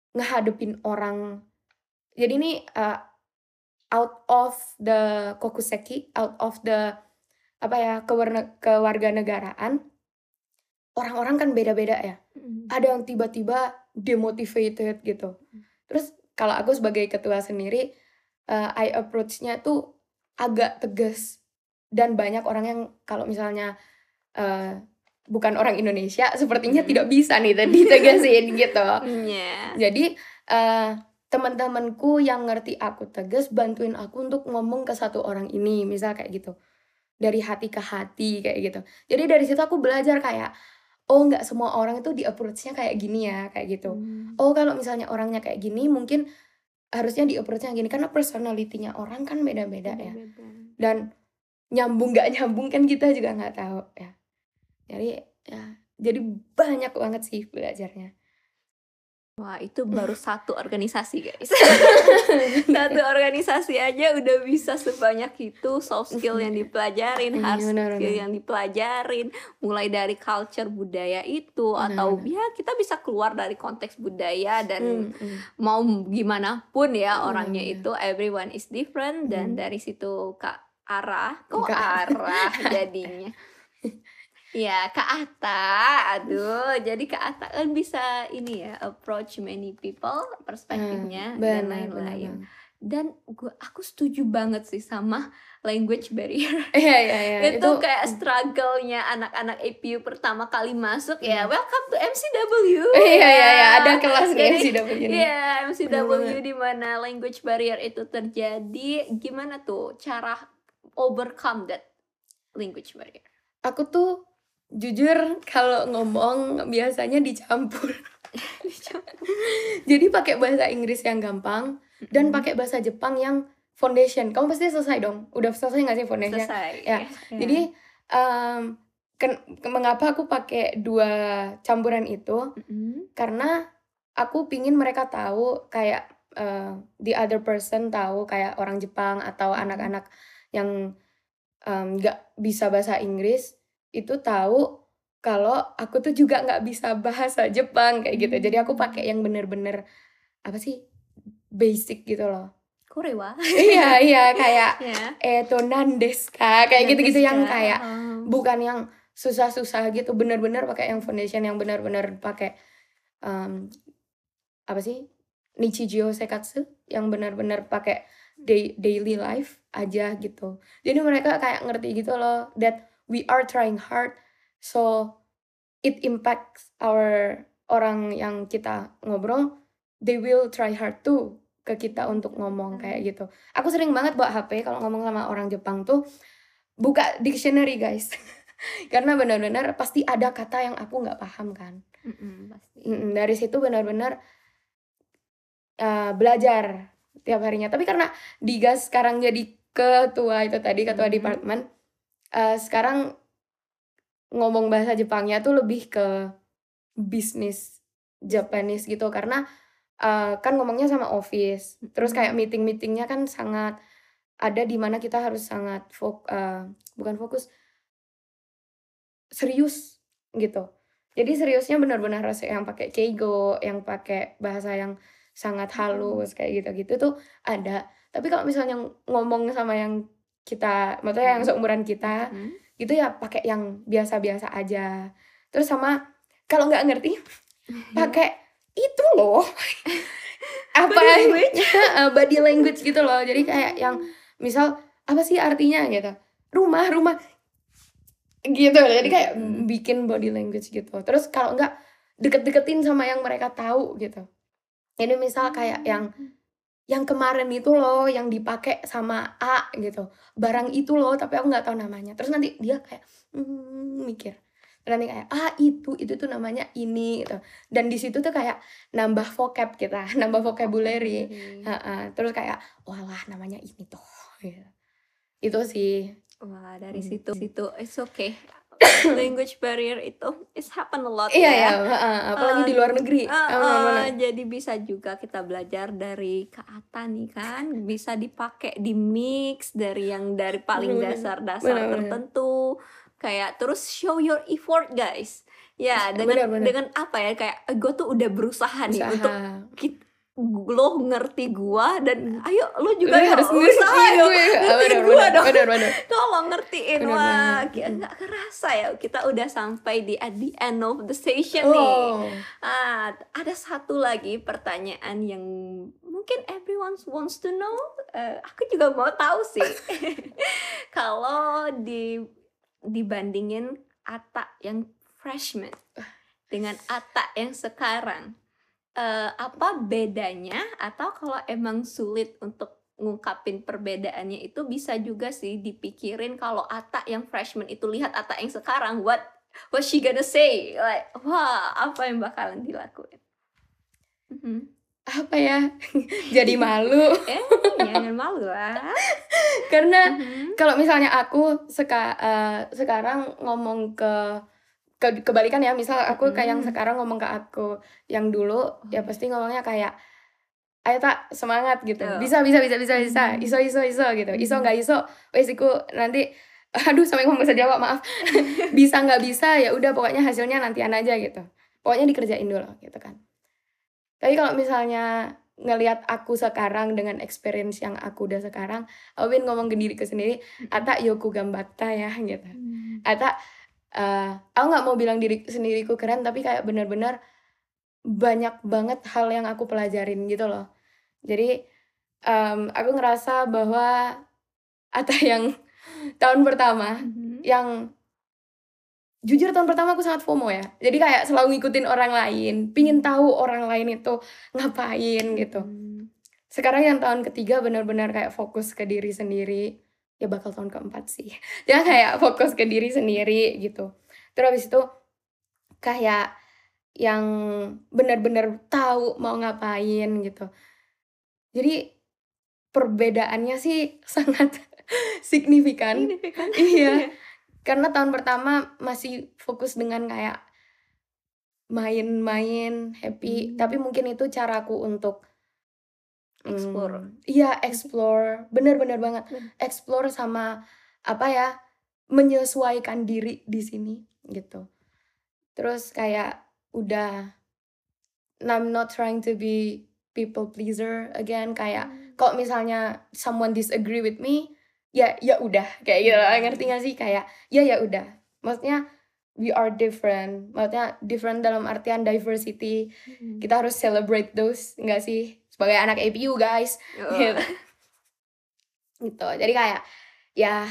ngehadepin orang. Jadi ini uh, out of the kokuseki, out of the apa ya kewarna, kewarganegaraan, orang-orang kan beda-beda ya. Mm. Ada yang tiba-tiba demotivated gitu. Terus kalau aku sebagai ketua sendiri, uh, I approach-nya tuh agak tegas. Dan banyak orang yang kalau misalnya uh, bukan orang Indonesia, sepertinya Hmm. tidak bisa nih ditegasin gitu. Yeah. Jadi uh, teman-temanku yang ngerti aku tegas bantuin aku untuk ngomong ke satu orang ini, misal kayak gitu. Dari hati ke hati kayak gitu. Jadi dari situ aku belajar kayak, oh nggak semua orang itu di approach-nya kayak gini ya, kayak gitu. Hmm. Oh kalau misalnya orangnya kayak gini, mungkin harusnya di approach-nya gini. Karena personality-nya orang kan beda-beda ya. Beda-beda. Dan nyambung nggak nyambung kan kita juga nggak tahu ya. Jadi ya, jadi banyak banget sih belajarnya. Wah, itu baru satu organisasi guys. Satu organisasi aja udah bisa sebanyak itu. Soft skill yang dipelajarin, Iya, hard benar, skill benar. yang dipelajarin, mulai dari culture budaya itu, Benar, atau benar. ya kita bisa keluar dari konteks budaya dan Hmm, hmm. mau gimana pun ya Benar, orangnya benar. itu, everyone is different. Dan Hmm. dari situ Kak Ara, kok Kak- Ara jadinya? Ya, Kak Atta, aduh, jadi Kak Atta kan bisa ini ya, approach many people, perspektifnya, Hmm, dan benar, benar lain-lain. banget. Dan gua, aku setuju banget sih sama language barrier. Iya, iya, iya. Itu Itu kayak struggle-nya anak-anak A P U pertama kali masuk ya, Hmm. welcome to M C W. Iya, iya, ya. iya. Ada kelas nih Jadi, M C W nih. Iya, M C Benar W banget. di mana language barrier itu terjadi. Gimana tuh cara overcome that language barrier? Aku tuh jujur kalau ngomong biasanya dicampur. Jadi pakai bahasa Inggris yang gampang dan Mm-mm. pakai bahasa Jepang yang foundation. Kamu pasti selesai dong. Udah selesai nggak sih foundation? Selesai. Ya. Jadi um, ken- mengapa aku pakai dua campuran itu? Mm-mm. Karena aku pingin mereka tahu kayak uh, the other person tahu kayak orang Jepang atau Mhm. anak-anak yang um, nggak bisa bahasa Inggris itu tahu kalau aku tuh juga nggak bisa bahasa Jepang kayak gitu. Jadi aku pakai yang bener-bener apa sih basic gitu loh. Korewa. Iya iya kayak Ya. eto nandesu ka kayak gitu-gitu yang Nandesu ka? kayak Oh. bukan yang susah-susah gitu, bener-bener pakai yang foundation yang bener-bener pakai um, apa sih nichijou sekatsu yang benar-benar pakai day, daily life aja gitu. Jadi mereka kayak ngerti gitu loh that we are trying hard, so it impacts our orang yang kita ngobrol, they will try hard too ke kita untuk ngomong kayak gitu. Aku sering banget bawa H P kalau ngomong sama orang Jepang tuh buka dictionary guys. Karena benar-benar pasti ada kata yang aku nggak paham kan. Mm-mm, pasti. Mm-mm, dari situ benar-benar uh, belajar tiap harinya. Tapi karena Digas sekarang jadi ketua itu tadi, ketua Mhm. departemen, uh, sekarang ngomong bahasa Jepangnya tuh lebih ke bisnis Japanese gitu. Karena uh, kan ngomongnya sama office. Terus kayak Mhm. meeting-meetingnya kan sangat ada di mana kita harus sangat fok uh, bukan fokus, serius gitu. Jadi seriusnya benar-benar harus yang pakai keigo, yang pakai bahasa yang sangat halus kayak gitu-gitu tuh ada. Tapi kalau misalnya ngomong sama yang kita, maksudnya yang Mhm. seumuran kita, Mhm. gitu ya pakai yang biasa-biasa aja. Terus sama kalau nggak ngerti pakai itu loh. Apa Body language. uh, body language gitu loh. Jadi kayak yang misal apa sih artinya gitu. Rumah, rumah gitu. Jadi kayak Mm-mm. bikin body language gitu. Terus kalau enggak deket-deketin sama yang mereka tahu gitu. Jadi misal kayak yang yang kemarin itu loh yang dipakai sama A gitu. Barang itu loh tapi aku nggak tahu namanya. Terus nanti dia kayak hmm, mikir. Terus nanti kayak ah itu itu tuh namanya ini gitu. Dan di situ tuh kayak nambah vocab kita, nambah vocabulary. Vocabulary. Ha-ha. Terus kayak walah namanya ini tuh gitu. Itu sih. Wah, dari Hmm. situ situ it's okay. Language barrier itu it's happen a lot Iya ya. ya, heeh, apalagi di luar negeri. Uh, Ah, uh, benar-benar. jadi bisa juga kita belajar dari Kak Atta nih kan, bisa dipakai di mix dari yang dari paling Benar-benar. dasar-dasar Benar-benar. tertentu, kayak terus show your effort guys. Ya, dengan Benar-benar. dengan apa ya, kayak gue tuh udah berusaha nih Usaha. untuk kit- lo ngerti gua dan ayo lo Lu juga harus yuk usaha ngertiin dong, gue. Ah, ngertiin benar, gua benar, dong. benar, benar. Tolong ngertiin. Benar Wah, banget. ki- Mm. nggak kerasa ya kita udah sampai di at the end of the session nih. Oh, Ah, ada satu lagi pertanyaan yang mungkin everyone wants to know. Eh, aku juga mau tahu sih. Kalau di dibandingin Atta yang freshman dengan Atta yang sekarang, eh, apa bedanya? Atau kalau emang sulit untuk ngungkapin perbedaannya, itu bisa juga sih dipikirin kalau Atta yang freshman itu lihat Atta yang sekarang, what what she gonna say, like wah apa yang bakalan dilakuin. Mhm. apa ya? Jadi malu. Eh jangan malu lah. Karena Mhm. kalau misalnya aku seka, eh, sekarang ngomong ke, ke kebalikan ya, misal aku kayak yang Mhm. sekarang ngomong ke aku, yang dulu ya pasti ngomongnya kayak ayo tak semangat gitu, Oh. bisa bisa bisa bisa bisa, Mhm. iso iso iso gitu, iso Mhm. nggak iso, wes iku nanti, aduh sampai ngomong bahasa Jawa maaf, bisa nggak bisa ya udah pokoknya hasilnya nantian aja gitu, pokoknya dikerjain dulu gitu kan. Tapi kalau misalnya ngelihat aku sekarang dengan experience yang aku udah sekarang, Awin ngomong ke diriku sendiri, ata yoku gambata ya gitu. Mhm. Ata, uh, aku nggak mau bilang diri sendiriku keren, tapi kayak benar-benar banyak banget hal yang aku pelajarin gitu loh. Jadi um, aku ngerasa bahwa Ata yang tahun pertama, Mhm. yang jujur tahun pertama aku sangat FOMO ya. Jadi kayak selalu ngikutin orang lain, pingin tahu orang lain itu ngapain gitu. Mhm. Sekarang yang tahun ketiga benar-benar kayak fokus ke diri sendiri. Ya bakal tahun keempat sih. Ya kayak fokus ke diri sendiri gitu. Terus habis itu kayak yang benar-benar tahu mau ngapain gitu. Jadi perbedaannya sih sangat signifikan. Signifikan. Iya. Karena tahun pertama masih fokus dengan kayak main-main, happy. Hmm. Tapi mungkin itu caraku untuk Explore. Hmm, iya, explore. Bener-bener banget. Ben- Explore sama apa ya? Menyesuaikan diri di sini gitu. Terus kayak udah I'm not trying to be people pleaser again, kayak Hmm. kalau misalnya someone disagree with me, ya ya udah kayak gitu. Hmm. Ngerti gak sih, kayak ya ya udah. Maksudnya we are different. Maksudnya different dalam artian diversity. Hmm. Kita harus celebrate those, enggak sih? Sebagai anak A P U guys. Oh. Gitu. Gitu. Jadi kayak ya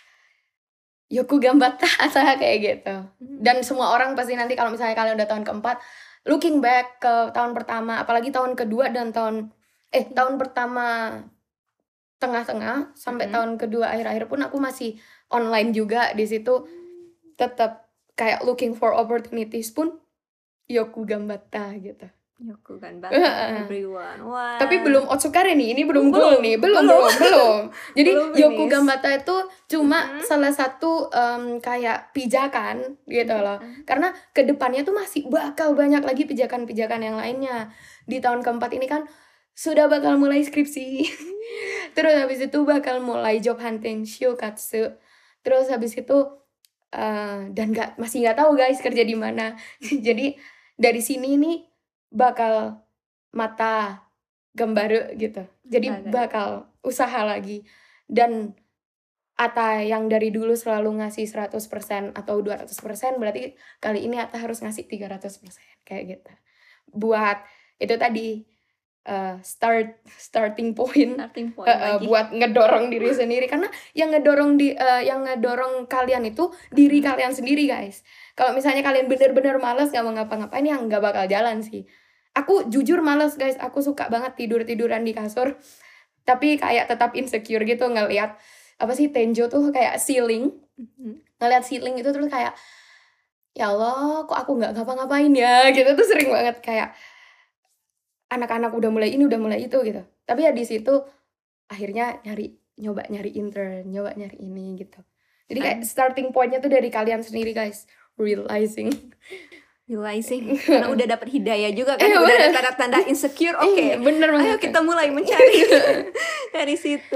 yoku gambata atau kayak gitu. Hmm. Dan semua orang pasti nanti kalau misalnya kalian udah tahun keempat, looking back ke tahun pertama, apalagi tahun kedua dan tahun eh tahun pertama tengah-tengah sampai Mhm. tahun kedua akhir-akhir pun aku masih online juga di situ, tetap kayak looking for opportunities pun yoku gambata gitu. Yoku Gambata, Heeh. everyone. Wah. Tapi belum otsukare nih, ini belum Belum, goal nih, belum belum. belum belum. Jadi Belum yoku finish. gambata itu cuma Mhm. salah satu em, kayak pijakan gitu loh. Mhm. Karena kedepannya tuh masih bakal banyak lagi pijakan-pijakan yang lainnya. Di tahun keempat ini kan sudah bakal mulai skripsi. Terus habis itu bakal mulai job hunting, shokatsu. Terus habis itu eh, dan nggak masih nggak tahu guys kerja di mana. Jadi dari sini nih bakal mata gambaru gitu. Jadi Mata gambaru. bakal usaha lagi. Dan Ata yang dari dulu selalu ngasih seratus persen atau dua ratus persen, berarti kali ini Ata harus ngasih tiga ratus persen kayak gitu. Buat itu tadi uh, start starting point, Starting point uh, uh, lagi. buat ngedorong diri sendiri, karena yang ngedorong di uh, yang ngedorong kalian itu diri Hmm. kalian sendiri guys. Kalau misalnya kalian bener-bener malas gak mau ngapa-ngapain, ya nggak bakal jalan sih. Aku jujur malas guys, aku suka banget tidur-tiduran di kasur, tapi kayak tetap insecure gitu ngelihat apa sih Tenjo tuh kayak ceiling, Mhm. ngelihat ceiling itu terus kayak ya Allah kok aku nggak ngapa-ngapain ya gitu tuh sering banget, kayak anak-anak udah mulai ini udah mulai itu gitu. Tapi ya di situ akhirnya nyari nyoba nyari intern, nyoba nyari ini gitu. Jadi kayak An- starting pointnya tuh dari kalian sendiri guys, realizing. Realizing karena udah dapat hidayah juga kan, Eh, udah bener. ada tanda-tanda insecure. Oke, Eh, bener banget. ayo kita mulai mencari dari situ.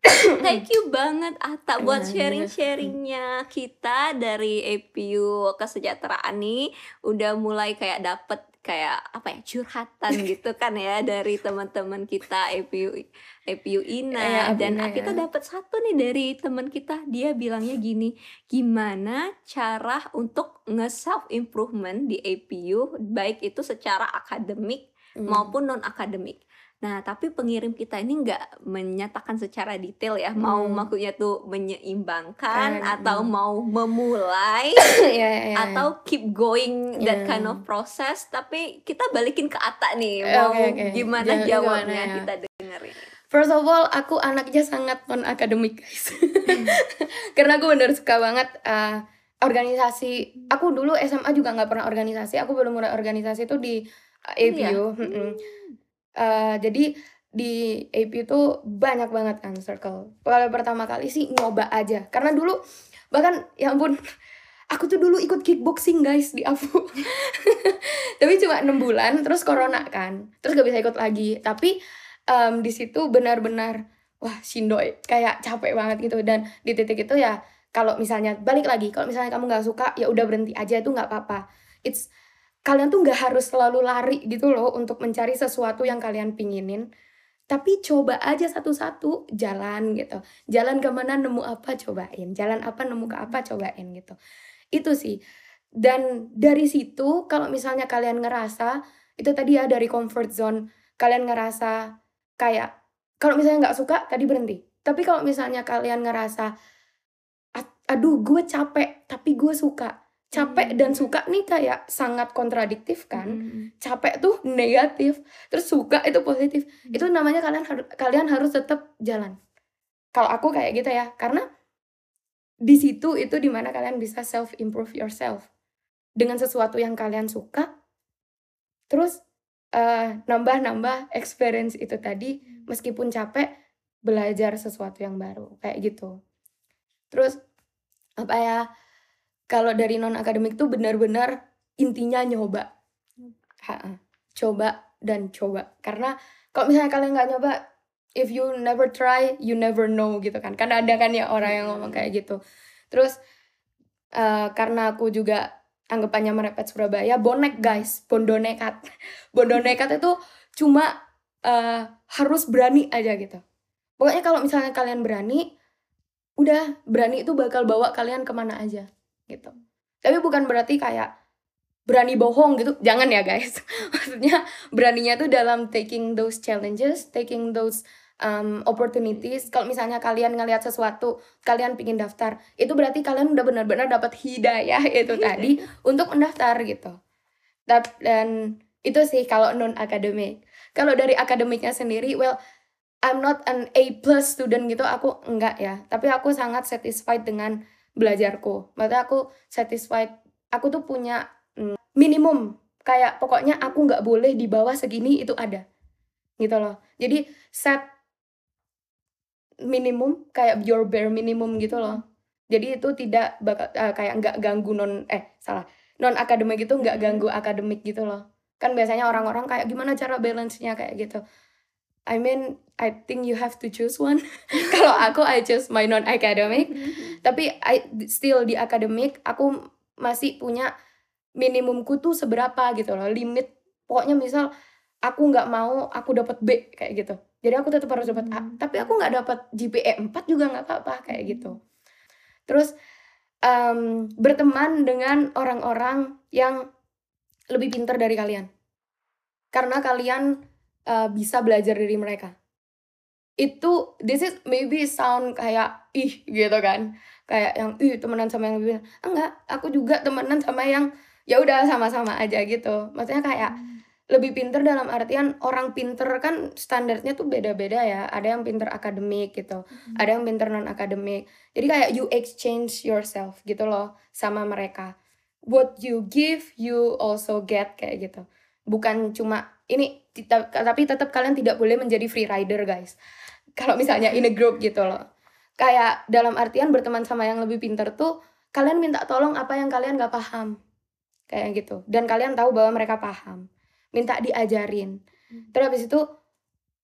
Thank you banget Atta buat Nah, sharing-sharingnya kita dari A P U kesejahteraan nih. Udah mulai kayak dapet kayak apa ya curhatan gitu kan ya dari teman-teman kita A P U A P U ya Ina, dan Abina kita ya. dapat satu nih dari teman kita, dia bilangnya gini, gimana cara untuk nge-self improvement di A P U baik itu secara akademik Hmm. maupun non akademik. Nah, tapi pengirim kita ini nggak menyatakan secara detail ya, mau Hmm. maksudnya tuh menyeimbangkan Kan, atau hmm. mau memulai ya, ya, ya. atau keep going that Ya. kind of process. Tapi kita balikin ke Atta nih, Eh, mau oke, oke. gimana Ja- jawabnya, gimana ya? kita dengerin. First of all, aku anaknya sangat non akademik guys. Karena aku bener suka banget uh, organisasi. Aku dulu S M A juga nggak pernah organisasi. Aku belum mulai organisasi itu di uh, A P U. Iya. Mm-mm. Uh, jadi di A P U tuh banyak banget kan circle. Kalau pertama kali sih nyoba aja. Karena dulu bahkan ya ampun, aku tuh dulu ikut kickboxing guys di A F U. Tapi cuma enam bulan, terus corona kan. Terus gak bisa ikut lagi. Tapi um, di situ benar-benar wah shindoy, kayak capek banget gitu. Dan di titik itu ya kalau misalnya balik lagi, kalau misalnya kamu nggak suka ya udah berhenti aja, itu nggak apa-apa. It's kalian tuh nggak harus selalu lari gitu loh untuk mencari sesuatu yang kalian pinginin. Tapi coba aja satu-satu jalan gitu. Jalan kemana nemu apa cobain. Jalan apa nemu ke apa cobain gitu. Itu sih. Dan dari situ kalau misalnya kalian ngerasa, itu tadi ya dari comfort zone, kalian ngerasa kayak, kalau misalnya nggak suka tadi berhenti. Tapi kalau misalnya kalian ngerasa, aduh gue capek tapi gue suka. Capek dan suka nih kayak sangat kontradiktif kan. Mm-mm. Capek tuh negatif, terus suka itu positif. Itu namanya kalian harus kalian harus tetap jalan. Kalau aku kayak gitu ya, karena di situ itu dimana kalian bisa self improve yourself dengan sesuatu yang kalian suka. Terus uh, nambah-nambah experience itu tadi, meskipun capek, belajar sesuatu yang baru kayak gitu. Terus apa ya? Kalau dari non akademik tuh benar-benar intinya nyoba. Ha-ha. Coba dan coba. Karena kalau misalnya kalian nggak nyoba, if you never try, you never know gitu kan. Kan ada kan ya orang yang ngomong kayak gitu. Terus uh, karena aku juga anggapannya merepet Surabaya, bonek guys, bondo nekat. Bondo nekat itu cuma uh, harus berani aja gitu. Pokoknya kalau misalnya kalian berani, udah berani itu bakal bawa kalian kemana aja gitu. Tapi bukan berarti kayak berani bohong gitu, jangan ya guys. Maksudnya beraninya tuh dalam taking those challenges, taking those um, opportunities. Kalau misalnya kalian ngelihat sesuatu, kalian pingin daftar, itu berarti kalian udah benar-benar dapat hidayah itu tadi untuk mendaftar gitu. Dan itu sih kalau non akademik. Kalau dari akademiknya sendiri, well, I'm not an A plus student gitu, aku enggak ya. Tapi aku sangat satisfied dengan belajarku. Maksudnya aku satisfied, aku tuh punya mm, minimum. Kayak pokoknya aku nggak boleh di bawah segini itu ada. Gitu loh. Jadi set minimum, kayak your bare minimum gitu loh. Jadi itu tidak bakal uh, kayak nggak ganggu non, eh salah. Non akademik itu nggak ganggu akademik gitu loh. Kan biasanya orang-orang kayak gimana cara balance-nya kayak gitu. I mean, I think you have to choose one. Kalau aku, I choose my non-academic. Tapi I still di akademik, aku masih punya minimumku tuh seberapa gitu loh. Limit, pokoknya misal aku nggak mau, aku dapat B kayak gitu. Jadi aku tetap harus dapat A. Tapi aku nggak dapat G P A empat juga nggak apa-apa kayak gitu. Terus um, berteman dengan orang-orang yang lebih pintar dari kalian. Karena kalian Uh, bisa belajar dari mereka. Itu, this is maybe sound kayak ih gitu kan, kayak yang ih temenan sama yang lebih, enggak, aku juga temenan sama yang ya udah sama-sama aja gitu. Maksudnya kayak hmm. lebih pinter dalam artian orang pinter kan standarnya tuh beda-beda ya. Ada yang pinter akademik gitu, hmm. ada yang pinter non akademik. Jadi kayak you exchange yourself gitu loh sama mereka. What you give, you also get kayak gitu. Bukan cuma ini, tapi tetap kalian tidak boleh menjadi free rider guys. Kalau misalnya in a group gitu loh. Kayak dalam artian berteman sama yang lebih pintar tuh, kalian minta tolong apa yang kalian gak paham. Kayak gitu. Dan kalian tahu bahwa mereka paham. Minta diajarin. Terus habis itu,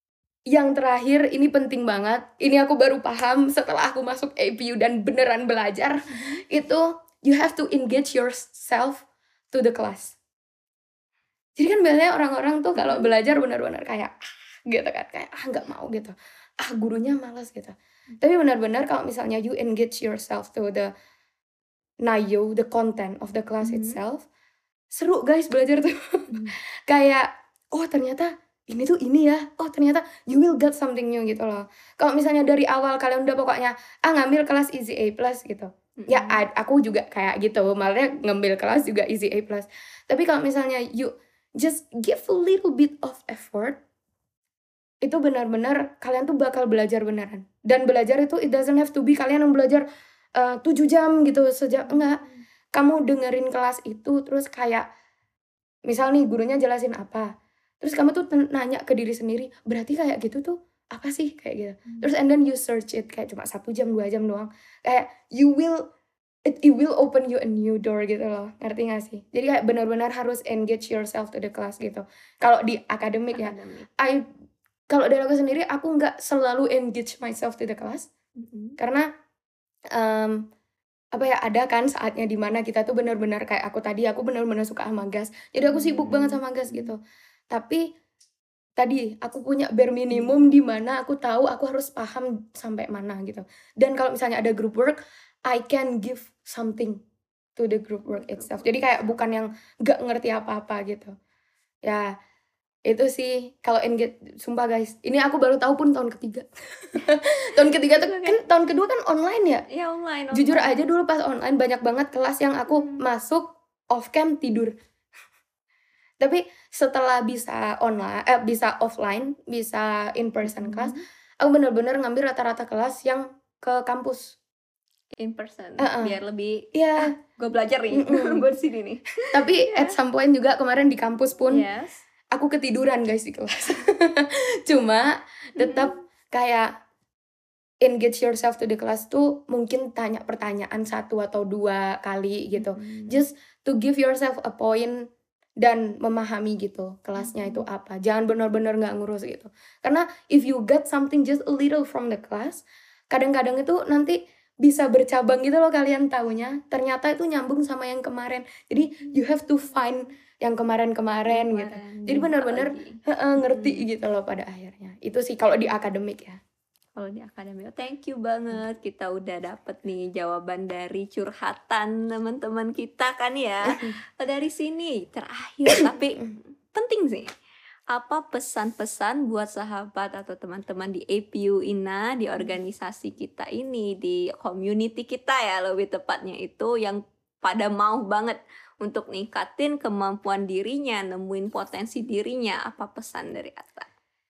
yang terakhir ini penting banget. Ini aku baru paham setelah aku masuk A P U dan beneran belajar. Mhm. Itu you have to engage yourself to the class. Jadi kan biasanya orang-orang tuh kalau Mhm. belajar benar-benar kayak ah, gitu kan, kayak ah nggak mau gitu. Ah gurunya malas gitu. Tapi benar-benar kalau misalnya you engage yourself to the nayo, the content of the class Mhm. itself, seru guys belajar tuh. Mhm. Kayak oh ternyata ini tuh ini ya. Oh ternyata you will get something new gitu loh. Kalau misalnya dari awal kalian udah pokoknya ah ngambil kelas easy A plus gitu. Ya Mhm. a- aku juga kayak gitu, malah ngambil kelas juga easy A plus. Tapi kalau misalnya you just give a little bit of effort, itu benar-benar kalian tuh bakal belajar beneran. Dan belajar itu it doesn't have to be kalian yang belajar eh, tujuh jam gitu sejam, enggak. Mmm. Kamu dengerin kelas itu terus kayak misal nih gurunya jelasin apa, terus kamu tuh ten- nanya ke diri sendiri, berarti kayak gitu tuh apa sih kayak gitu. Mmm. Terus and then you search it kayak cuma satu jam dua jam doang, kayak you will it, it will open you a new door gitu loh, ngerti gak sih? Jadi kayak benar-benar harus engage yourself to the class gitu. Kalau di akademik ya, Akademik. I kalau dari aku sendiri aku nggak selalu engage myself to the class Mhm. karena em, apa ya ada kan saatnya dimana kita tuh benar-benar kayak aku tadi aku benar-benar suka sama gas jadi aku sibuk banget Mmm. sama gas Mhm. gitu tapi tadi aku punya bare minimum di mana aku tahu aku harus paham sampai mana gitu dan kalau misalnya ada group work I can give something to the group work Group itself work jadi kayak itself. bukan yang nggak ngerti apa-apa gitu ya itu sih kalau engage sumpah guys ini aku baru tahu pun tahun ketiga tahun ketiga tuh Oke. kan tahun kedua kan online ya Iya online jujur online. aja dulu pas online banyak banget kelas yang aku Mhm. masuk off cam tidur. Tapi setelah bisa online eh bisa offline, bisa in person class, Mhm. aku bener-bener ngambil rata-rata kelas yang ke kampus. In person Heeh. biar lebih, "Ah, Iya, gue belajar nih, mhm. gue di sini nih." Tapi Iya. at some point juga kemarin di kampus pun Yes. aku ketiduran guys di kelas. Cuma tetap Mhm. kayak engage yourself to the class tuh mungkin tanya pertanyaan satu atau dua kali gitu. Mhm. Just to give yourself a point dan memahami gitu kelasnya itu Mhm. apa. Jangan benar-benar nggak ngurus gitu. Karena if you get something just a little from the class, kadang-kadang itu nanti bisa bercabang gitu loh kalian taunya. Ternyata itu nyambung sama yang kemarin. Jadi you have to find yang Yang kemarin-kemarin gitu. kemarin Jadi dibuka benar-benar lagi. heeh, ngerti Mhm. gitu loh pada akhirnya. Itu sih kalau di akademik ya. Kalau di akademik, thank you banget. Kita udah dapet nih jawaban dari curhatan teman-teman kita kan ya. Dari sini terakhir, tapi penting sih. Apa pesan-pesan buat sahabat atau teman-teman di A P U Ina, di organisasi kita ini, di community kita ya lebih tepatnya itu yang pada mau banget untuk ningkatin kemampuan dirinya, nemuin potensi dirinya. Apa pesan dari Atta?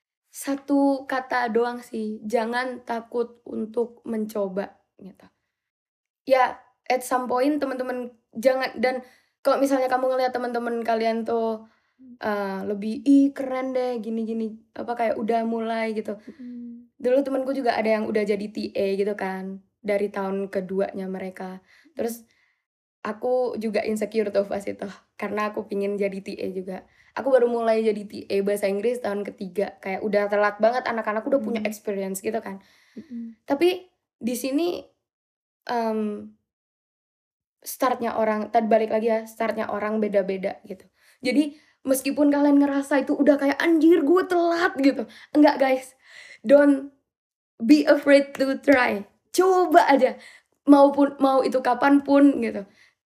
Satu kata doang sih, jangan takut untuk mencoba gitu. Ya, at some point teman-teman jangan dan kalau misalnya kamu ngelihat teman-teman kalian tuh eh, lebih ih keren deh gini-gini apa kayak udah mulai gitu. Mhm. Dulu temanku juga ada yang udah jadi T A gitu kan dari tahun keduanya mereka. Terus aku juga insecure tuh pas itu karena aku pingin jadi T A juga. Aku baru mulai jadi T A bahasa Inggris tahun ketiga kayak udah telat banget anak-anak udah punya Mhm. experience gitu kan. Mhm. Tapi di sini em, startnya orang tadi balik lagi ya startnya orang beda-beda gitu. Jadi meskipun kalian ngerasa itu udah kayak anjir gue telat gitu, enggak guys, don't be afraid to try. Coba aja maupun mau itu kapanpun gitu.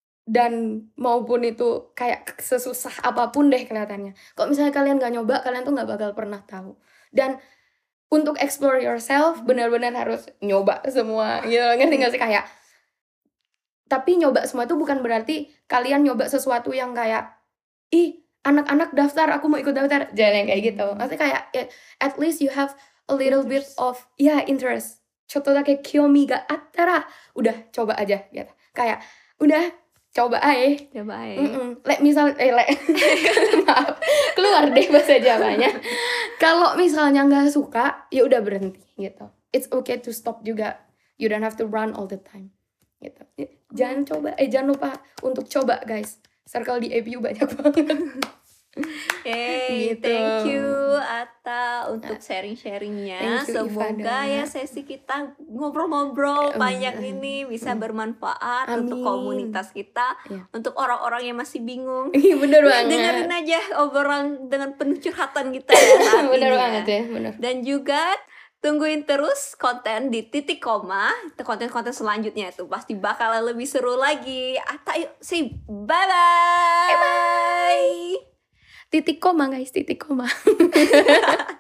Dan maupun itu kayak sesusah apapun deh kelihatannya. Kalau misalnya kalian gak nyoba, kalian tuh gak bakal pernah tahu. Dan untuk explore yourself, Mhm. benar-benar harus nyoba semua gitu. Ngerti gak sih? Kayak, tapi nyoba semua itu bukan berarti kalian nyoba sesuatu yang kayak, ih anak-anak daftar, aku mau ikut daftar. Jangan yang kayak gitu. Mhm. Maksudnya kayak, at least you have a little bit Interest. of, ya yeah, interest. Contohnya kayak Kiyomi ga attara. Udah, coba aja gitu. Kayak, udah, coba aja. Coba aja. Mm-mm. Lek misal eh lek maaf keluar deh bahasa Jawanya. Kalau misalnya nggak suka, ya udah berhenti gitu. It's okay to stop juga. You don't have to run all the time. Gitu. Jangan coba eh jangan lupa untuk coba guys. Circle di A P U banyak banget. Hey, Gitu. thank you Atta untuk untuk sharing-sharingnya. Thank you, Semoga Ifada. ya sesi kita ngobrol-ngobrol Um, panjang ini bisa mm. bermanfaat untuk Amin. komunitas kita, Iya. untuk orang-orang yang masih bingung. Ih, bener Ya dengerin banget. aja obrolan dengan penuh curhatan kita ya saat Bener ini banget ya. ya, bener. Dan juga tungguin terus konten di titik koma, konten-konten selanjutnya itu pasti bakal lebih seru lagi. Ata yuk, say bye-bye. Titik koma guys, titik koma.